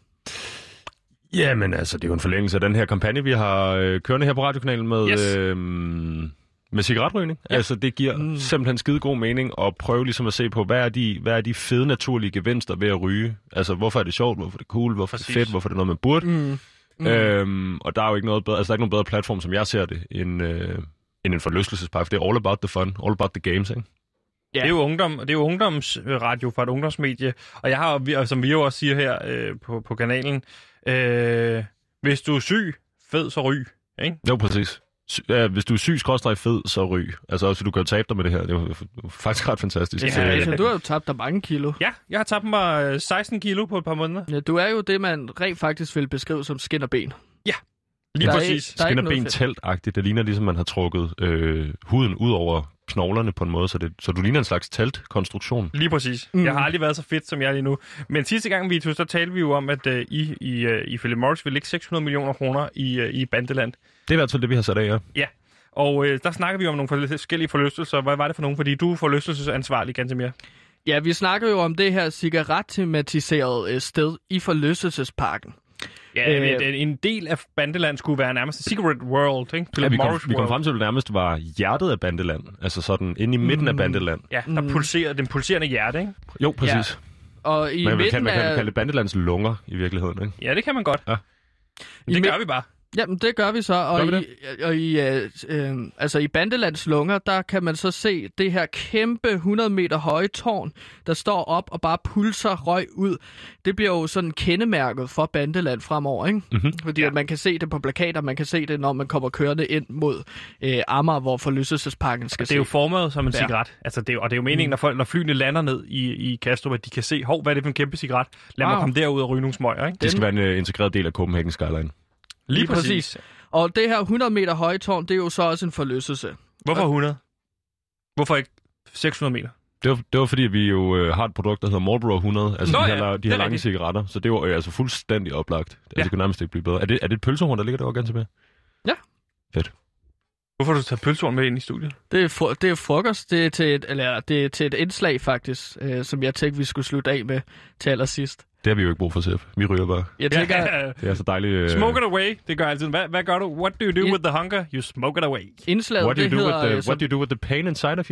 Jamen altså, det er jo en forlængelse af den her kampagne, vi har øh, kørende her på radiokanalen med, yes. øh, med cigaretrygning. Ja. Altså, det giver mm. simpelthen skide god mening at prøve ligesom at se på, hvad er, de, hvad er de fede naturlige gevinster ved at ryge? Altså, hvorfor er det sjovt, hvorfor er det cool, hvorfor Præcis. er det fedt, hvorfor er det noget, man burde? Mm. Mm. Øhm, og der er jo ikke noget bedre, altså der er ikke nogen bedre platform, som jeg ser det, end, øh, end en forlystelsespark. Det er all about the fun, all about the games, ikke? Ja. Det er jo ungdom, det er jo ungdomsradio fra et ungdomsmedie, og jeg har, som vi jo også siger her øh, på, på kanalen, øh, hvis du er syg, fed, så ryg, ikke? Jo, præcis. Ja, hvis du er syg, skråstreg fed, så ryg. Altså også, du kan jo tabe dig med det her. Det er jo faktisk ret fantastisk. Ja, altså, du har jo tabt dig mange kilo. Ja, jeg har tabt mig seksten kilo på et par måneder. Ja, du er jo det, man rent faktisk vil beskrive som skin og ben. Ja, lige der præcis. Er, skin og ben teltagtigt. Det ligner ligesom, man har trukket øh, huden ud over knoglerne på en måde, så, det, så du ligner en slags teltkonstruktion. Lige præcis. Mm. Jeg har aldrig været så fedt, som jeg er lige nu. Men sidste gang, vi tog, så talte vi jo om, at øh, I, i, øh, i Philip Morris vil lægge seks hundrede millioner kroner i, øh, i Bandeland. Det er i hvert fald det, vi har sat af, ja. Ja, og øh, der snakker vi om nogle forskellige forlystelser. Hvad var det for nogen? Fordi du er forlystelsesansvarlig, Gantemir. Ja, vi snakker jo om det her cigaret-tematiserede øh, sted i forlystelsesparken. Ja, øh, en del af Bandeland skulle være nærmest Secret World, ikke? Ja, vi, kom, vi kom frem til, at det nærmest var hjertet af Bandeland. Altså sådan inde i midten mm. af Bandeland. Ja, der mm. pulserer den pulserende hjerte, ikke? Jo, præcis. Ja. Og i man, midten kan, man kan af... kalde det Bandelands lunger i virkeligheden, ikke? Ja, det kan man godt. Ja. Men det gør vi bare. Jamen, det gør vi så, og, vi i, og i, øh, øh, altså i Bandelands lunger, der kan man så se det her kæmpe hundrede meter høje tårn, der står op og bare pulser røg ud. Det bliver jo sådan kendemærket for Bandeland fremover, ikke? Mm-hmm. Fordi ja. at man kan se det på plakater, man kan se det, når man kommer kørende ind mod øh, Amager, hvor forlystelsesparken skal se. Det er jo formet som en ja. cigaret, altså, det er, og det er jo meningen, mm. når, folk, når flyene lander ned i, i Kastrup, at de kan se, hov, hvad er det for en kæmpe cigaret? Lad wow. mig komme derud og ryge nogle smøger, ikke? Det skal være en uh, integreret del af Copenhagen Skyline. Lige, Lige præcis. præcis. Og det her hundrede meter høje tårn, det er jo så også en forlystelse. Hvorfor hundrede? Hvorfor ikke seks hundrede meter? Det var, det var fordi, vi jo øh, har et produkt, der hedder Marlboro hundrede. Altså Nå, de ja, her, de her lange cigaretter. Så det var øh, altså fuldstændig oplagt. Altså, ja. Det kan nærmest ikke blive bedre. Er det, er det et pølsehorn, der ligger derovre ganske med? Ja. Fedt. Hvorfor har du taget pølsehorn med ind i studiet? Det er, for, det er frokost. Det er til et, eller, det er til et indslag, faktisk, øh, som jeg tænkte, vi skulle slutte af med til allersidst. Det har vi jo ikke brug for, Sef. Vi ryger bare. Jeg tænker, ja, det er så dejligt. Uh... Smoke it away. Det gør altid. Hvad, hvad gør du? What do you do In... with the hunger? You smoke it away. Indslaget, what do you det do hedder... With the, som... what do you do with the pain inside of you?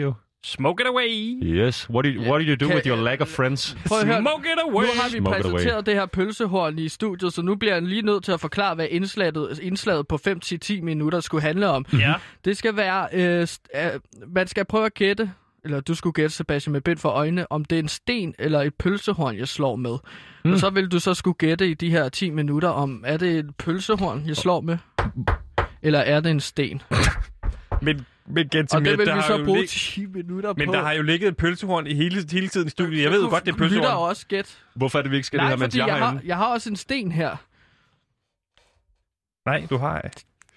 Smoke it away. Yes. What do you, what do, you do Kan- with your lack of friends? Prøv at høre. Smoke it away. Nu har vi Smoke it præsenteret away. det her pølsehorn i studiet, så nu bliver jeg lige nødt til at forklare, hvad indslaget, indslaget på fem til ti minutter skulle handle om. Ja. Det skal være, øh, st- øh, man skal prøve at gætte, eller du skulle gætte, Sebastian, med bind for øjnene, om det er en sten eller et pølsehorn, jeg slår med. Mm. Og så vil du så skulle gætte i de her ti minutter, om er det et pølsehorn, jeg slår med, eller er det en sten? Men, men Og Gantemir, det vil der vi har så jo bruge lig- ti minutter på. Men der har jo ligget et pølsehorn i hele, hele tiden i studiet. Jeg ved jo godt, det er lytter pølsehorn. også gætte. Hvorfor er det, vi ikke skal Nej, det her, mens fordi jeg, jeg, har har, jeg har også en sten her. Nej, du har...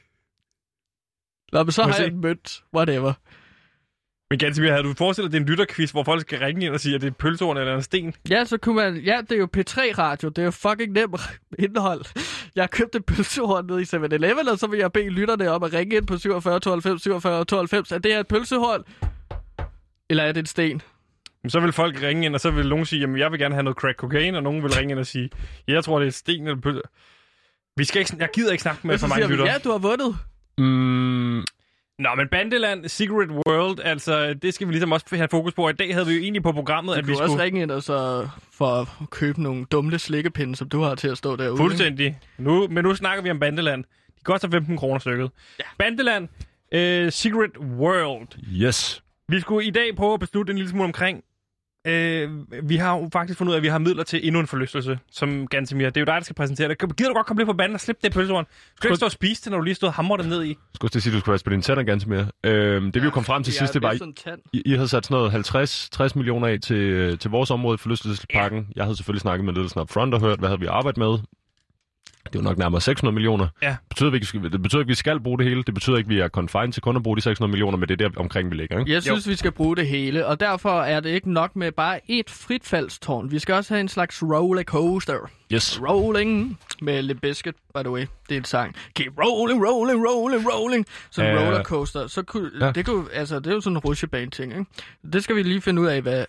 Nå, men så Må har se. jeg en mønt. Whatever. Men Gantemir, havde du forestillet, at det er en lytterquiz, hvor folk skal ringe ind og sige, at det er et pølsehorn eller en sten? Ja, så kunne man... Ja, det er jo P tre radio. Det er jo fucking nemt indhold. Jeg har købt et pølsehorn nede i seven eleven, og så vil jeg bede lytterne om at ringe ind på syvogfyrre tooghalvfems syvogfyrre tooghalvfems. Er det her et pølsehorn? Eller er det en sten? Men så vil folk ringe ind, og så vil nogen sige, jamen jeg vil gerne have noget crack cocaine, og nogen vil ringe ind og sige, ja, jeg tror, det er et sten eller pølse. Vi skal ikke, jeg gider ikke snakke med Og for så mange siger vi, lyttere. ja, du har vundet. Mm, Nå, men Bandeland, Secret World, altså, det skal vi ligesom også have fokus på. I dag havde vi jo egentlig på programmet, Du at vi kunne skulle... også ringe ind og så for at købe nogle dumle slikkepinde, som du har til at stå derude. ikke? Fuldstændig. Nu, men nu snakker vi om Bandeland. De koster femten kroner stykket. Ja. Bandeland, øh, Secret World. yes. Vi skulle i dag prøve at beslutte en lille smule omkring... Øh, vi har jo faktisk fundet ud af, at vi har midler til endnu en forlystelse, som Gantemir. Det er jo dig, der skal præsentere det. Gider du godt komme lidt på banen og slippe det pølsehorn? Skal du ikke stå og spise det, når du lige stod og hamrer det ned i? Skulle til at sige, at du skulle være på din tænder ganske mere. Øhm, det vi jo kom frem til Jeg sidst, det er var, lidt sådan en tand. I, I havde sat sådan noget halvtreds til tres millioner af til, til vores område i forlystelsesparken. Ja. Jeg havde selvfølgelig snakket med ledelsen up front og hørt, hvad havde vi arbejdet med. Det var nok nærmere seks hundrede millioner. Ja. Det betyder ikke, det betyder ikke, at vi skal bruge det hele. Det betyder ikke, at vi er confined til kun at bruge de seks hundrede millioner, men det er der omkring, vi ligger. Ikke? Jeg synes, jo. vi skal bruge det hele, og derfor er det ikke nok med bare et fritfaldstårn. Vi skal også have en slags rollercoaster. Yes. Rolling med Limp Bizkit, by the way. Det er en sang. Keep rolling, rolling, rolling, rolling. Sådan en Uh, rollercoaster. Så kunne, ja. det, kunne, altså, det er jo sådan en rutsjebane-ting, ikke? Det skal vi lige finde ud af, hvad,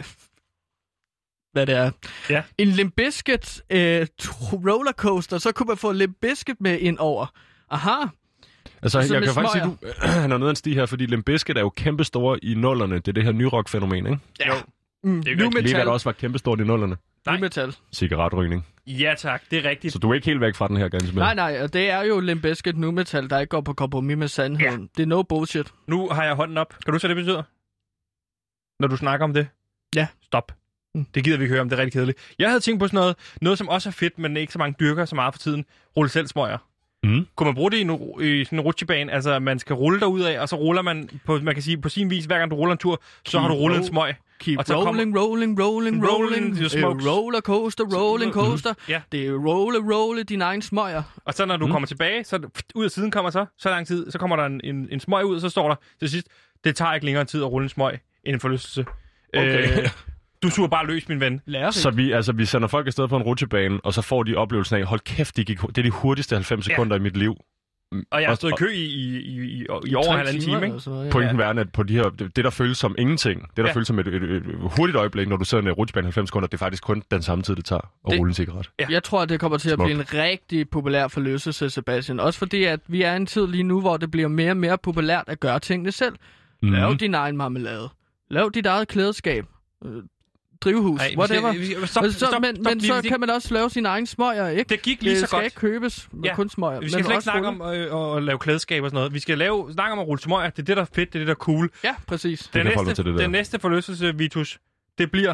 hvad det er. Ja. En Limp Bizkit øh, rollercoaster, så kunne man få Limp Bizkit med ind over. Aha. Altså, Ligesom jeg med kan faktisk sige, du, han er nede en sti her, fordi Limp Bizkit er jo kæmpestore i nullerne. Det er det her nyrock-fænomen, ikke? Ja. Mm, Det er jo nu ikke Lige hvad metal. der også var kæmpestort i nullerne. Nej. Nu metal. Cigaretrygning. Ja tak, det er rigtigt. Så du er ikke helt væk fra den her ganske mere. Nej, nej, og det er jo Limp Bizkit nu metal, der ikke går på kompromis med sandheden. Ja. Det er no bullshit. Nu har jeg hånden op. Kan du se, hvad det betyder? Når du snakker om det? Ja. Stop. Mm. Det gider vi ikke høre om, det er rigtig kedeligt. Jeg havde tænkt på sådan noget, noget som også er fedt, men ikke så mange dyrker så meget for tiden. Rulle selv smøger. Mm. Kunne man bruge det i, no, i sådan en rutsjebane? Altså, man skal rulle derud af, og så ruller man, på, man kan sige, på sin vis, hver gang du ruller en tur, så Keep har du rullet en roll. smøg. Keep Og så rolling, rolling, rolling, rolling. Rolling your smokes. Øh, roller coaster, rolling coaster. Ja. Det er rolle, rolle, din egen smøger. Og så når du mm. kommer tilbage, så pft, ud af siden kommer så, så lang tid, så kommer der en, en, en smøg ud, og så står der til sidst, det tager ikke længere tid at rulle en smøg end en forlystelse. Okay. Øh, du suger bare løs, min ven. Lærerigt. Så vi, altså, vi sender folk afsted på en rutsjebane, og så får de oplevelsen af, hold kæft, de gik, det er de hurtigste halvfems sekunder ja. i mit liv. Og jeg har Og- stået i kø i, i, i, i, i over en halvanden time, ikke? Pointen værende, at på de her, det, det der føles som ingenting, det der Ja. føles som et, et, et, et hurtigt øjeblik, når du sidder i en rutsjebane halvfems sekunder, det er faktisk kun den samme tid, det tager at Det- rulle en cigaret. Ja. Jeg tror, at det kommer til at Smukt. blive en rigtig populær forlystelse, Sebastian. Også fordi, at vi er i en tid lige nu, hvor det bliver mere og mere populært at gøre tingene selv. Mm. Lav din egen marmelade. Lav dit eget klædeskab. Øh, drivhus. Ej, vi whatever. skal- vi skal- stop, Men så, stop, men, stop, men vi- så vi- kan man også lave sine egne smøger, ikke? Det gik lige det så skal godt. ikke købes med Ja. kun smøger. Vi skal men slet ikke også snakke rulle. om øh, at lave klædeskab og sådan noget. Vi skal lave, snakke om at rulle smøger. Det er det, der er fedt. Det er det, der er cool. Ja, præcis. Det Den kan forholde mig næste, til det der. den næste forlystelse, Vitus, det bliver...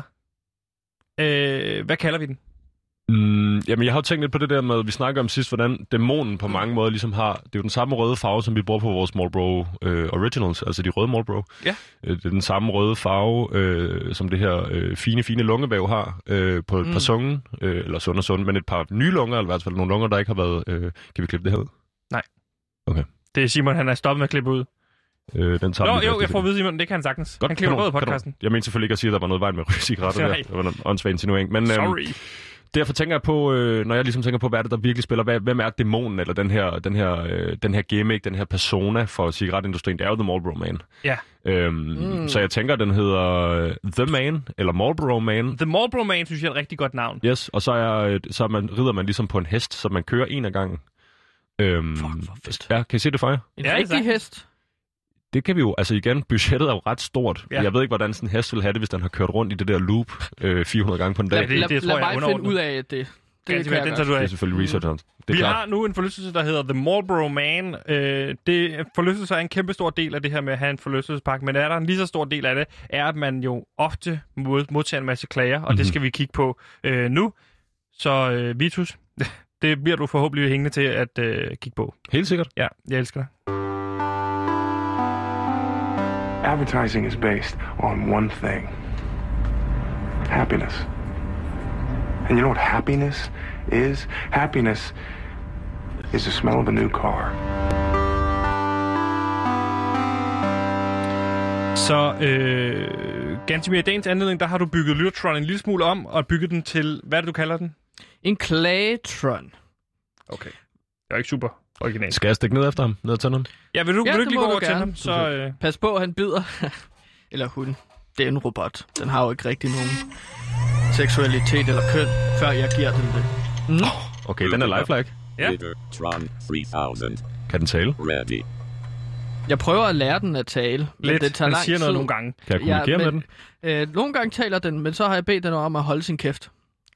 Øh, hvad kalder vi den? Mm, jamen, jeg har jo tænkt lidt på det der med, vi snakker om sidst, hvordan dæmonen på mange måder ligesom har, det er jo den samme røde farve, som vi bruger på vores Marlboro øh, Originals, altså de røde Marlboro. Ja. Øh, det er den samme røde farve, øh, som det her øh, fine, fine lungevæv har øh, på et mm. par sunge, øh, eller sund og sund, men et par nye lunger, eller i hvert fald nogle lunger, der ikke har været... Øh, kan vi klippe det her ud? Nej. Okay. Det er Simon, han er stoppet med at klippe ud. Øh, den tager Nå, vi jo, bagefter. jeg får at vide, Simon, det kan han sagtens. Godt, Han klipper kanon, både kanon. podcasten. Jeg mente selvfølgelig ikke at sige, at der var noget vej med ryge cigaretter der. Nej. Det var en åndssvag insinuering. Men, øhm, Sorry. derfor tænker jeg på, øh, når jeg ligesom tænker på, hvad er det, der virkelig spiller, hvad, hvem er dæmonen, eller den her, den her, øh, den her gimmick, den her persona for cigaretindustrien, det er jo The Marlboro Man. Ja. Øhm, mm. Så jeg tænker, den hedder The Man, eller Marlboro Man. The Marlboro Man, synes jeg er et rigtig godt navn. Yes, og så, er, øh, så er man, rider man ligesom på en hest, så man kører en af gangen. Øhm, Fuck, hvor fedt. Ja, kan I se det for jer? En Ja, rigtig sagtens. hest. Det kan vi jo, altså igen, budgettet er jo ret stort. Ja. Jeg ved ikke, hvordan sådan en hest vil have det, hvis den har kørt rundt i det der loop øh, fire hundrede gange på en dag. Lad, det- lad, det tror lad jeg er mig finde underordnet. ud af det. Det Ganske kan vel, jeg den tager godt. du Det er af. selvfølgelig researcheren. Det er Vi klart. har nu en forlystelse, der hedder The Marlboro Man. Øh, det forlystelse er en kæmpe stor del af det her med at have en forlystelsespark, men er der en lige så stor del af det, er, at man jo ofte mod, modtager en masse klager, og mm-hmm. det skal vi kigge på øh, nu. Så øh, Vitus, det bliver du forhåbentlig hængende til at øh, kigge på. Helt sikkert. Ja, jeg elsker dig. Advertising is based on one thing. Happiness. And you know what happiness is? Happiness is the smell of a new car. Så øh, Gantemir, i dagens anledning, der har du bygget Lyttertron en lille smule om, og bygget den til, hvad er det, du kalder den? En Claytron. Okay. Det er ikke super originalt. Skal jeg stikke ned efter ham? Ned til ham? Ja, vil du, Ja, vil du det ikke lige må gå du over til gerne. ham? Så, øh, Pas på, han bider. Eller hun. Det er en robot. Den har jo ikke rigtig nogen seksualitet eller køn, før jeg giver den det. Mm. Okay, den er lifelike. Ja. Lyttertron tre tusind. Kan den tale? Ready. Jeg prøver at lære den at tale, men lidt. det tager Den lang siger tid. noget nogle gange. Kan jeg kommunikere ja, med men, den? Øh, nogle gange taler den, men så har jeg bedt den om at holde sin kæft.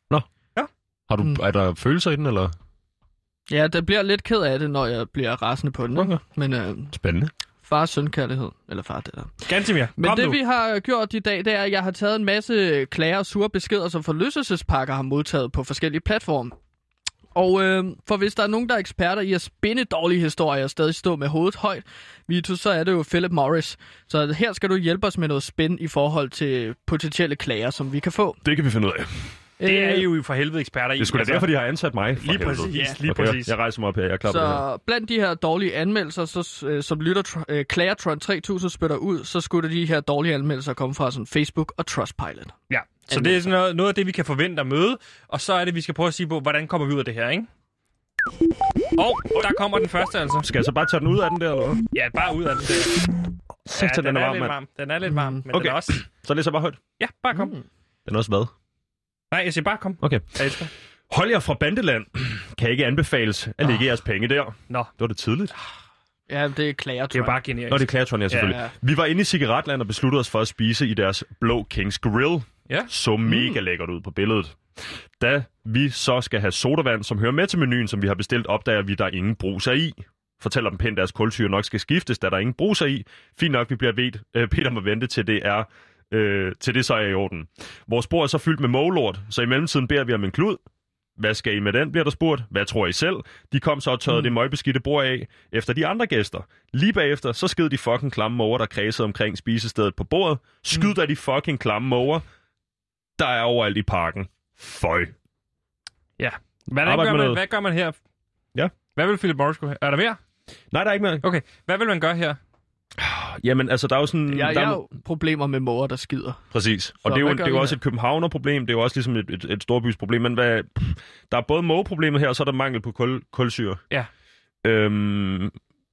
Har du, Mm. er der følelser i den, eller? Ja, den bliver lidt ked af det, når jeg bliver rasende på den. Okay. Ikke? Men øh, Spændende. far og søn-kærlighed. Eller far det der. Gantemir, Men kom det nu. vi har gjort i dag, det er, at jeg har taget en masse klager og sure beskeder, som forlystelsesparker har modtaget på forskellige platforme. Og øh, for hvis der er nogen, der er eksperter i at spinde dårlige historier og stadig stå med hovedet højt, Vitus, så er det jo Philip Morris. Så her skal du hjælpe os med noget spin i forhold til potentielle klager, som vi kan få. Det kan vi finde ud af. Det er Øh, jo for helvede eksperter i. Det er sgu da derfor, de har ansat mig. for Lige helvede. præcis, Ja. lige Okay, præcis. jeg rejser mig op her. Jeg er klar på det her. Så blandt de her dårlige anmeldelser, så, øh, som lytter øh, Claretron tre tusind spytter ud, så skulle de her dårlige anmeldelser komme fra sådan Facebook og Trustpilot. Ja, så det er sådan noget, noget af det, vi kan forvente at møde, og så er det, vi skal prøve at sige på, hvordan kommer vi ud af det her, ikke? Og der kommer den første, altså. Skal jeg så bare tage den ud af den der, eller hvad? Ja, bare ud af den der. Sæt Ja, den er varm, lidt mand. varm. Den er lidt varm, men Okay. den er også... Så læser jeg bare højt. Ja, bare kom. Mm. Den er også hvad? Nej, jeg siger bare kom. Okay. Jeg elsker. Hold jer fra Bandeland. Kan ikke anbefales at lægge jeres penge der. Nå, Det var det tidligt. Ja, det er Claretron. det er jo bare generisk. Nå, det er Claretron, ja, selvfølgelig. Ja, ja. Vi var inde i Cigaretland og besluttede os for at spise i deres Blå Kings Grill. Ja. Så mega lækkert ud på billedet. Da vi så skal have sodavand, som hører med til menuen, som vi har bestilt, opdager vi, der er ingen bruser i. Fortæller dem pænt, at deres kulsyre nok skal skiftes, da der er ingen bruser i. Fint nok, vi bliver bedt, øh, bedt om at vente til det er øh, til det så er i orden. Vores bord er så fyldt med mågelort, så i mellemtiden beder vi om en klud. Hvad skal I med den, bliver der spurgt. Hvad tror I selv? De kom så og tørrede mm. det møgbeskidte bord af efter de andre gæster. Lige bagefter, så skød de fucking klamme måger, der kredsede omkring spisestedet på bordet. Skyd da de fucking klamme måger, der er overalt i parken. Føj. Ja. Hvordan Arbejde gør med man, noget. hvad gør man her? Ja. Hvad vil Philip Morris gå her? Er der mere? Nej, der er ikke mere. Okay. Hvad vil man gøre her? Jamen, altså, der er jo sådan... Jeg, der jeg er... har jo problemer med måger, der skider. Præcis. Og Så det er jo, hvad det gør er jo vi også her? et københavnerproblem. Det er jo også ligesom et, et, et storbysproblem. Men hvad... der er både mågeproblemet her, og så er der mangel på kul, kulsyre. Ja. Øhm...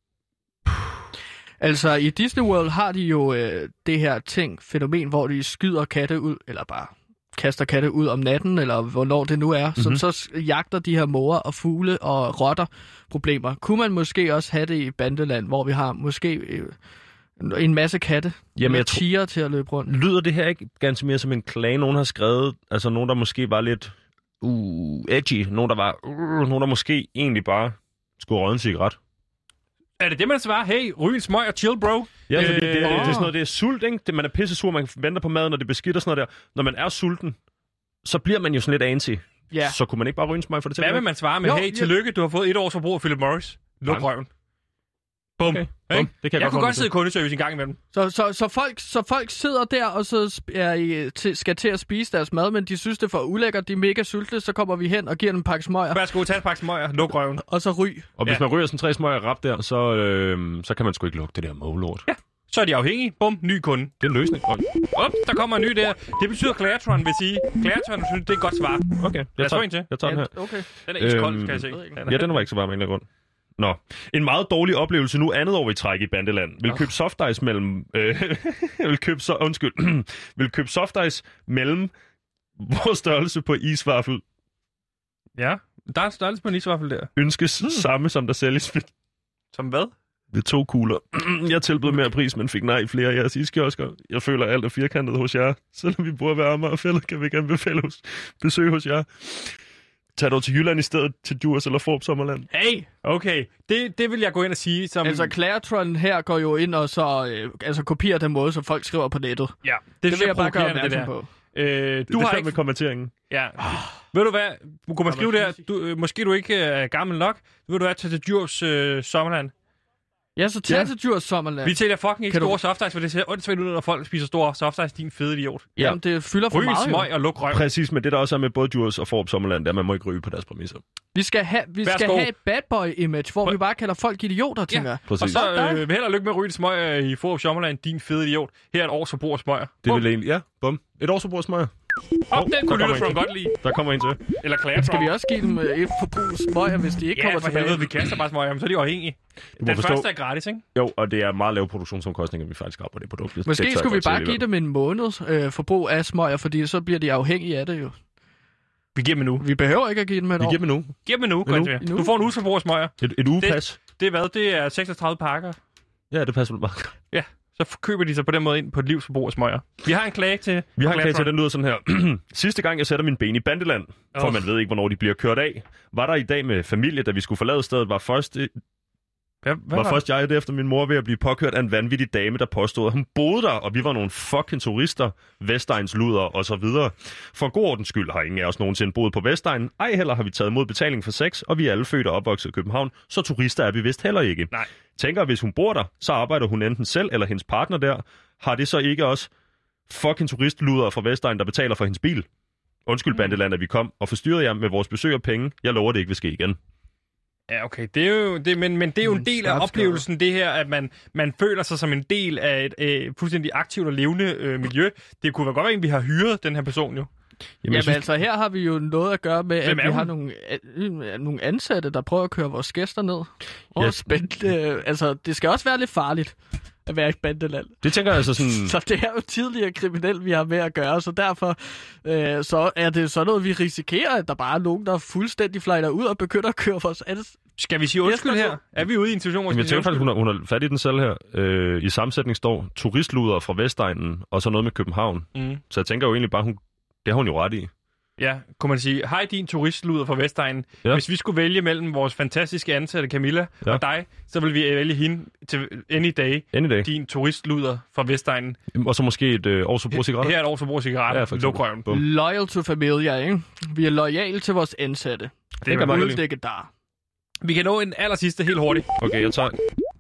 Altså, i Disney World har de jo øh, det her ting, fænomen, hvor de skyder katte ud, eller bare kaster katte ud om natten, eller hvornår det nu er. Mm-hmm. Så, så jagter de her måger og fugle og rotter problemer. Kunne man måske også have det i Bandeland, hvor vi har måske øh, en masse katte Jamen, med jeg tror- tiger til at løbe rundt? Lyder det her ikke ganske mere som en klage, nogen har skrevet? Altså nogen, der måske var lidt uh, edgy. Nogen, der var... Uh, nogen, der måske egentlig bare skulle røde en cigaret. Er det det, man svarer? Hey, ryg en smøg og chill, bro. Ja, øh, det, det, det, det, det er åh. sådan noget, det er sult, ikke? Det, man er pisse sur, man venter på maden, når det er beskidt og sådan noget der. Når man er sulten, så bliver man jo sådan lidt anti. Ja. Så kunne man ikke bare ryge en smøg for det til? Hvad vil man svare med? Jo, Hey, ja. tillykke, du har fået et års forbrug af Philip Morris. Luk Bang. røven. Bum. Okay. Ikke? Bum. Det kan jeg jeg godt kunne holde godt sidde i kundeservice en gang imellem. Så, så, så, folk, så folk sidder der, og så sp- er I til, skal til at spise deres mad, men de synes, det er for ulækkert, de er mega sultne, så kommer vi hen og giver dem en pakke smøger, Værsgo, tag en pakke smøger, luk røven. og så ryg. Og hvis Ja. man ryger sådan tre smøger rap der, så, øh, så kan man sgu ikke lugte det der mågelort. Ja. Så er de afhængige. Bum, ny kunde. Det er en løsning. Op, der kommer en ny der. Det betyder Claretron, vil sige. Claretron synes, det er et godt svar. Okay, Lad jeg os få en tager, til. jeg tager den her. Okay. Den er iskold, Øhm, skal jeg se. Den er- Ja, den var ikke så varm en grund. Nå. En meget dårlig oplevelse nu andet år i træk i Bandeland. Vil købe soft ice mellem... Øh, vil købe så, undskyld. vil købe soft ice mellem vores størrelse på isvaffel. Ja, der er en størrelse på en isvaffel der. Ønskes hmm. samme, som der sælges. Som hvad? ved to kugler. Jeg tilbød mere pris, men fik nej i flere af jeres iskiosker. Jeg føler, at alt er firkantet hos jer. Selvom vi bor ved Amagerfællet, kan vi ikke anbefale hos besøg hos jer. Tag dog til Jylland i stedet, til Djurs eller Forb Sommerland. Hey, okay. Det, det vil jeg gå ind og sige. Som... Altså, Claretron her går jo ind og så øh, altså, kopierer den måde, som folk skriver på nettet. Ja, det, det vil jeg, jeg bare gøre opmærksom på. Øh, du det har er ikke med kommenteringen. Ja. Oh. Ved du hvad? Kunne man skrive der? Du, øh, måske du ikke er øh, gammel nok. Ved du hvad? Tag til Djurs øh, Sommerland. Ja, så tag ja. til Djurs Sommerland. Vi tæller fucking ikke kan store du... softice, for det ser åndssvagt ud, når folk spiser store softice. Din fede idiot. Ja. Jamen, det fylder for ryg meget. Ryg smøg og luk røv. Præcis, men det der også er med både Djurs og Forb Sommerland, det er, at man må ikke ryge på deres præmisser. Vi skal have, vi skal have et bad boy image, hvor Pr- vi bare kalder folk idioter, tænker jeg. Ja, og så øh, held og lykke med at ryge et smøg i Forb Sommerland, din fede idiot. Her er et års forbrug af smøger. Det vil egentlig, ja, bum. Et års forbrug af smøger. Op, oh, den kunne lytte fra godt lide. Der kommer en til. Eller Claretron. Skal vi også give dem et forbrug smøger, hvis de ikke ja, kommer tilbage? Ja, for helvede, vi kaster bare smøger, så er de afhængige. Den forstå. første er gratis, ikke? Jo, og det er meget lave produktionsomkostninger, vi faktisk har på det produkt. Måske det skulle vi bare give dem en måneds øh, forbrug af smøger, fordi så bliver de afhængige af det jo. Vi giver dem nu. Vi behøver ikke at give dem et vi år. Vi giver dem nu. Giv dem nu, nu. Du får en uges forbrug af smøger. Et, et ugepas. Det, det er hvad? Det er seksogtredive pakker. Ja, det passer vel bare. Ja. Så køber de sig på den måde ind på et livsforbrug af smøger. Vi har en klage til... Vi har en klage til, den lyder sådan her. Sidste gang, jeg sætter min ben i Bandeland, for oh. man ved ikke, hvornår de bliver kørt af, var der i dag med familie, da vi skulle forlade stedet, var først... Ja, var, var først jeg det efter min mor ved at blive påkørt af en vanvittig dame, der påstod, at hun boede der, og vi var nogle fucking turister, Vestegns luder og så videre. For god ordens skyld har ingen af os nogensinde boet på Vestegn. Ej heller har vi taget mod betaling for sex, og vi er alle født og opvokset i København, så turister er vi vist heller ikke. Nej. Tænker, at hvis hun bor der, så arbejder hun enten selv eller hendes partner der. Har det så ikke også fucking turistluder fra Vestegn, der betaler for hendes bil? Undskyld, mm. Bandeland, at vi kom og forstyrrede jer med vores besøg og penge. Jeg lover, det ikke vil ske igen. Ja, okay. Det er jo, det, men, men det er jo en del af oplevelsen, det her, at man, man føler sig som en del af et øh, fuldstændig aktivt og levende øh, miljø. Det kunne være godt være, at vi har hyret den her person jo. Jamen, Jamen synes... altså, her har vi jo noget at gøre med, at vi har nogle, øh, nogle ansatte, der prøver at køre vores gæster ned. Og ja. spændende. Øh, altså, det skal også være lidt farligt at være i Bandeland. Det tænker jeg altså sådan... Så det er jo tidligere kriminelt, vi har med at gøre, så derfor øh, så er det sådan noget, vi risikerer, at der bare er nogen, der fuldstændig flejder ud og begynder at køre vores ansatte. Skal vi sige undskyld her? Er vi ude i en situation, hvor vi... Jeg tænker faktisk, hun har, hun har fat i den selv her. Øh, I sammensætning står turistluder fra Vestegnen, og så noget med København. Mm. Så jeg tænker jo egentlig bare, hun... det har hun jo ret i. Ja, kunne man sige, hej din turistluder fra Vestegnen. Ja. Hvis vi skulle vælge mellem vores fantastiske ansatte Camilla ja. og dig, så vil vi vælge hende til any day, any day. din turistluder fra Vestegnen. Og så måske et øh, års forbrug cigaretter. Her er et års forbrug cigaretter. Ja, luk røven. Loyal to familia, ikke? Vi er loyale til vores ansatte. Det, det kan man uddække der. Vi kan nå en aller sidste helt hurtigt. Okay, jeg tager...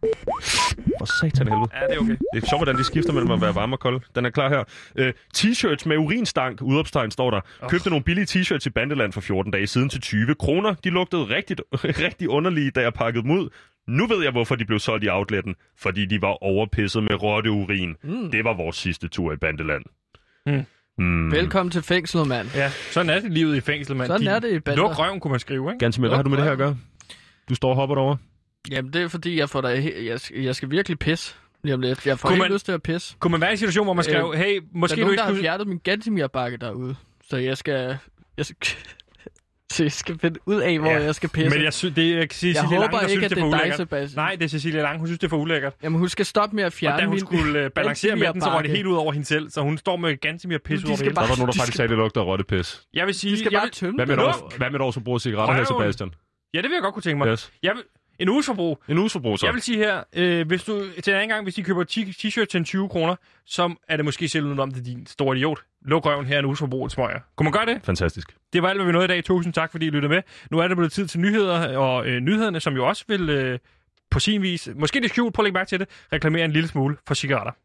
For satan helvede. Ja, det er okay. Det er sjovt, hvordan de skifter mellem at være varm og kold. Den er klar her. Uh, t-shirts med urinstank, udopstegn står der. Oh. Købte nogle billige t-shirts i Bandeland for fjorten dage siden til tyve kroner. De lugtede rigtig, rigtig underlige, da jeg pakkede dem ud. Nu ved jeg, hvorfor de blev solgt i outletten. Fordi de var overpisset med rotteurin. Mm. Det var vores sidste tur i Bandeland. Mm. Mm. Velkommen til fængslet, mand. Ja, sådan er det livet i fængslet, mand. Sådan de... er det i Bandeland. Luk røven, kunne man skrive, ikke? Ganske med, hvad har du med det her at gøre? Du står og hopper derovre. Jamen, det er fordi, jeg får dig... Jeg, jeg skal virkelig pisse. Lige om lidt. Jeg får kunne ikke man... lyst til at pisse. Kunne man være i en situation, hvor man skrev, øh, hey, måske der er nogen, du ikke... der har fjernet min Gantemir-bakke derude. Så jeg skal... Jeg skal... Så jeg skal finde ud af, hvor ja, jeg skal pisse. Men jeg synes, det er Cecilie jeg Lange, håber der ikke, synes, at det det er for er dig, ulækkert. Sebastian. Nej, det er Cecilie Lange, hun synes, det er for ulækkert. Jamen, hun skal stoppe med at fjerne min... Og da hun min skulle balancere med den, så var det helt ud over hende selv. Så hun står med Gantemir pis ud over det. Der var nogen, der faktisk sagde, det lugter af rottepis. Jeg vil sige... De skal jeg bare vil... tømme hvad med, år, hvad med et års forbrug af cigaretter her, Sebastian? Ja, det vil jeg godt kunne tænke mig. Yes. Jeg vil... En uges forbrug. En uges forbrug, så. Jeg vil sige her, øh, hvis du til en anden gang, hvis de køber t-shirt til tyve kroner, så er det måske selv udenom det din store idiot. Luk røven her en uges forbrug, tror jeg. Kunne man gøre det? Fantastisk. Det var alt, hvad vi nåede i dag. Tusind tak, fordi I lyttede med. Nu er det blevet tid til nyheder, og øh, nyhederne, som jo også vil øh, på sin vis, måske lidt skjult, prøv at lægge mærke til det, reklamere en lille smule for cigaretter.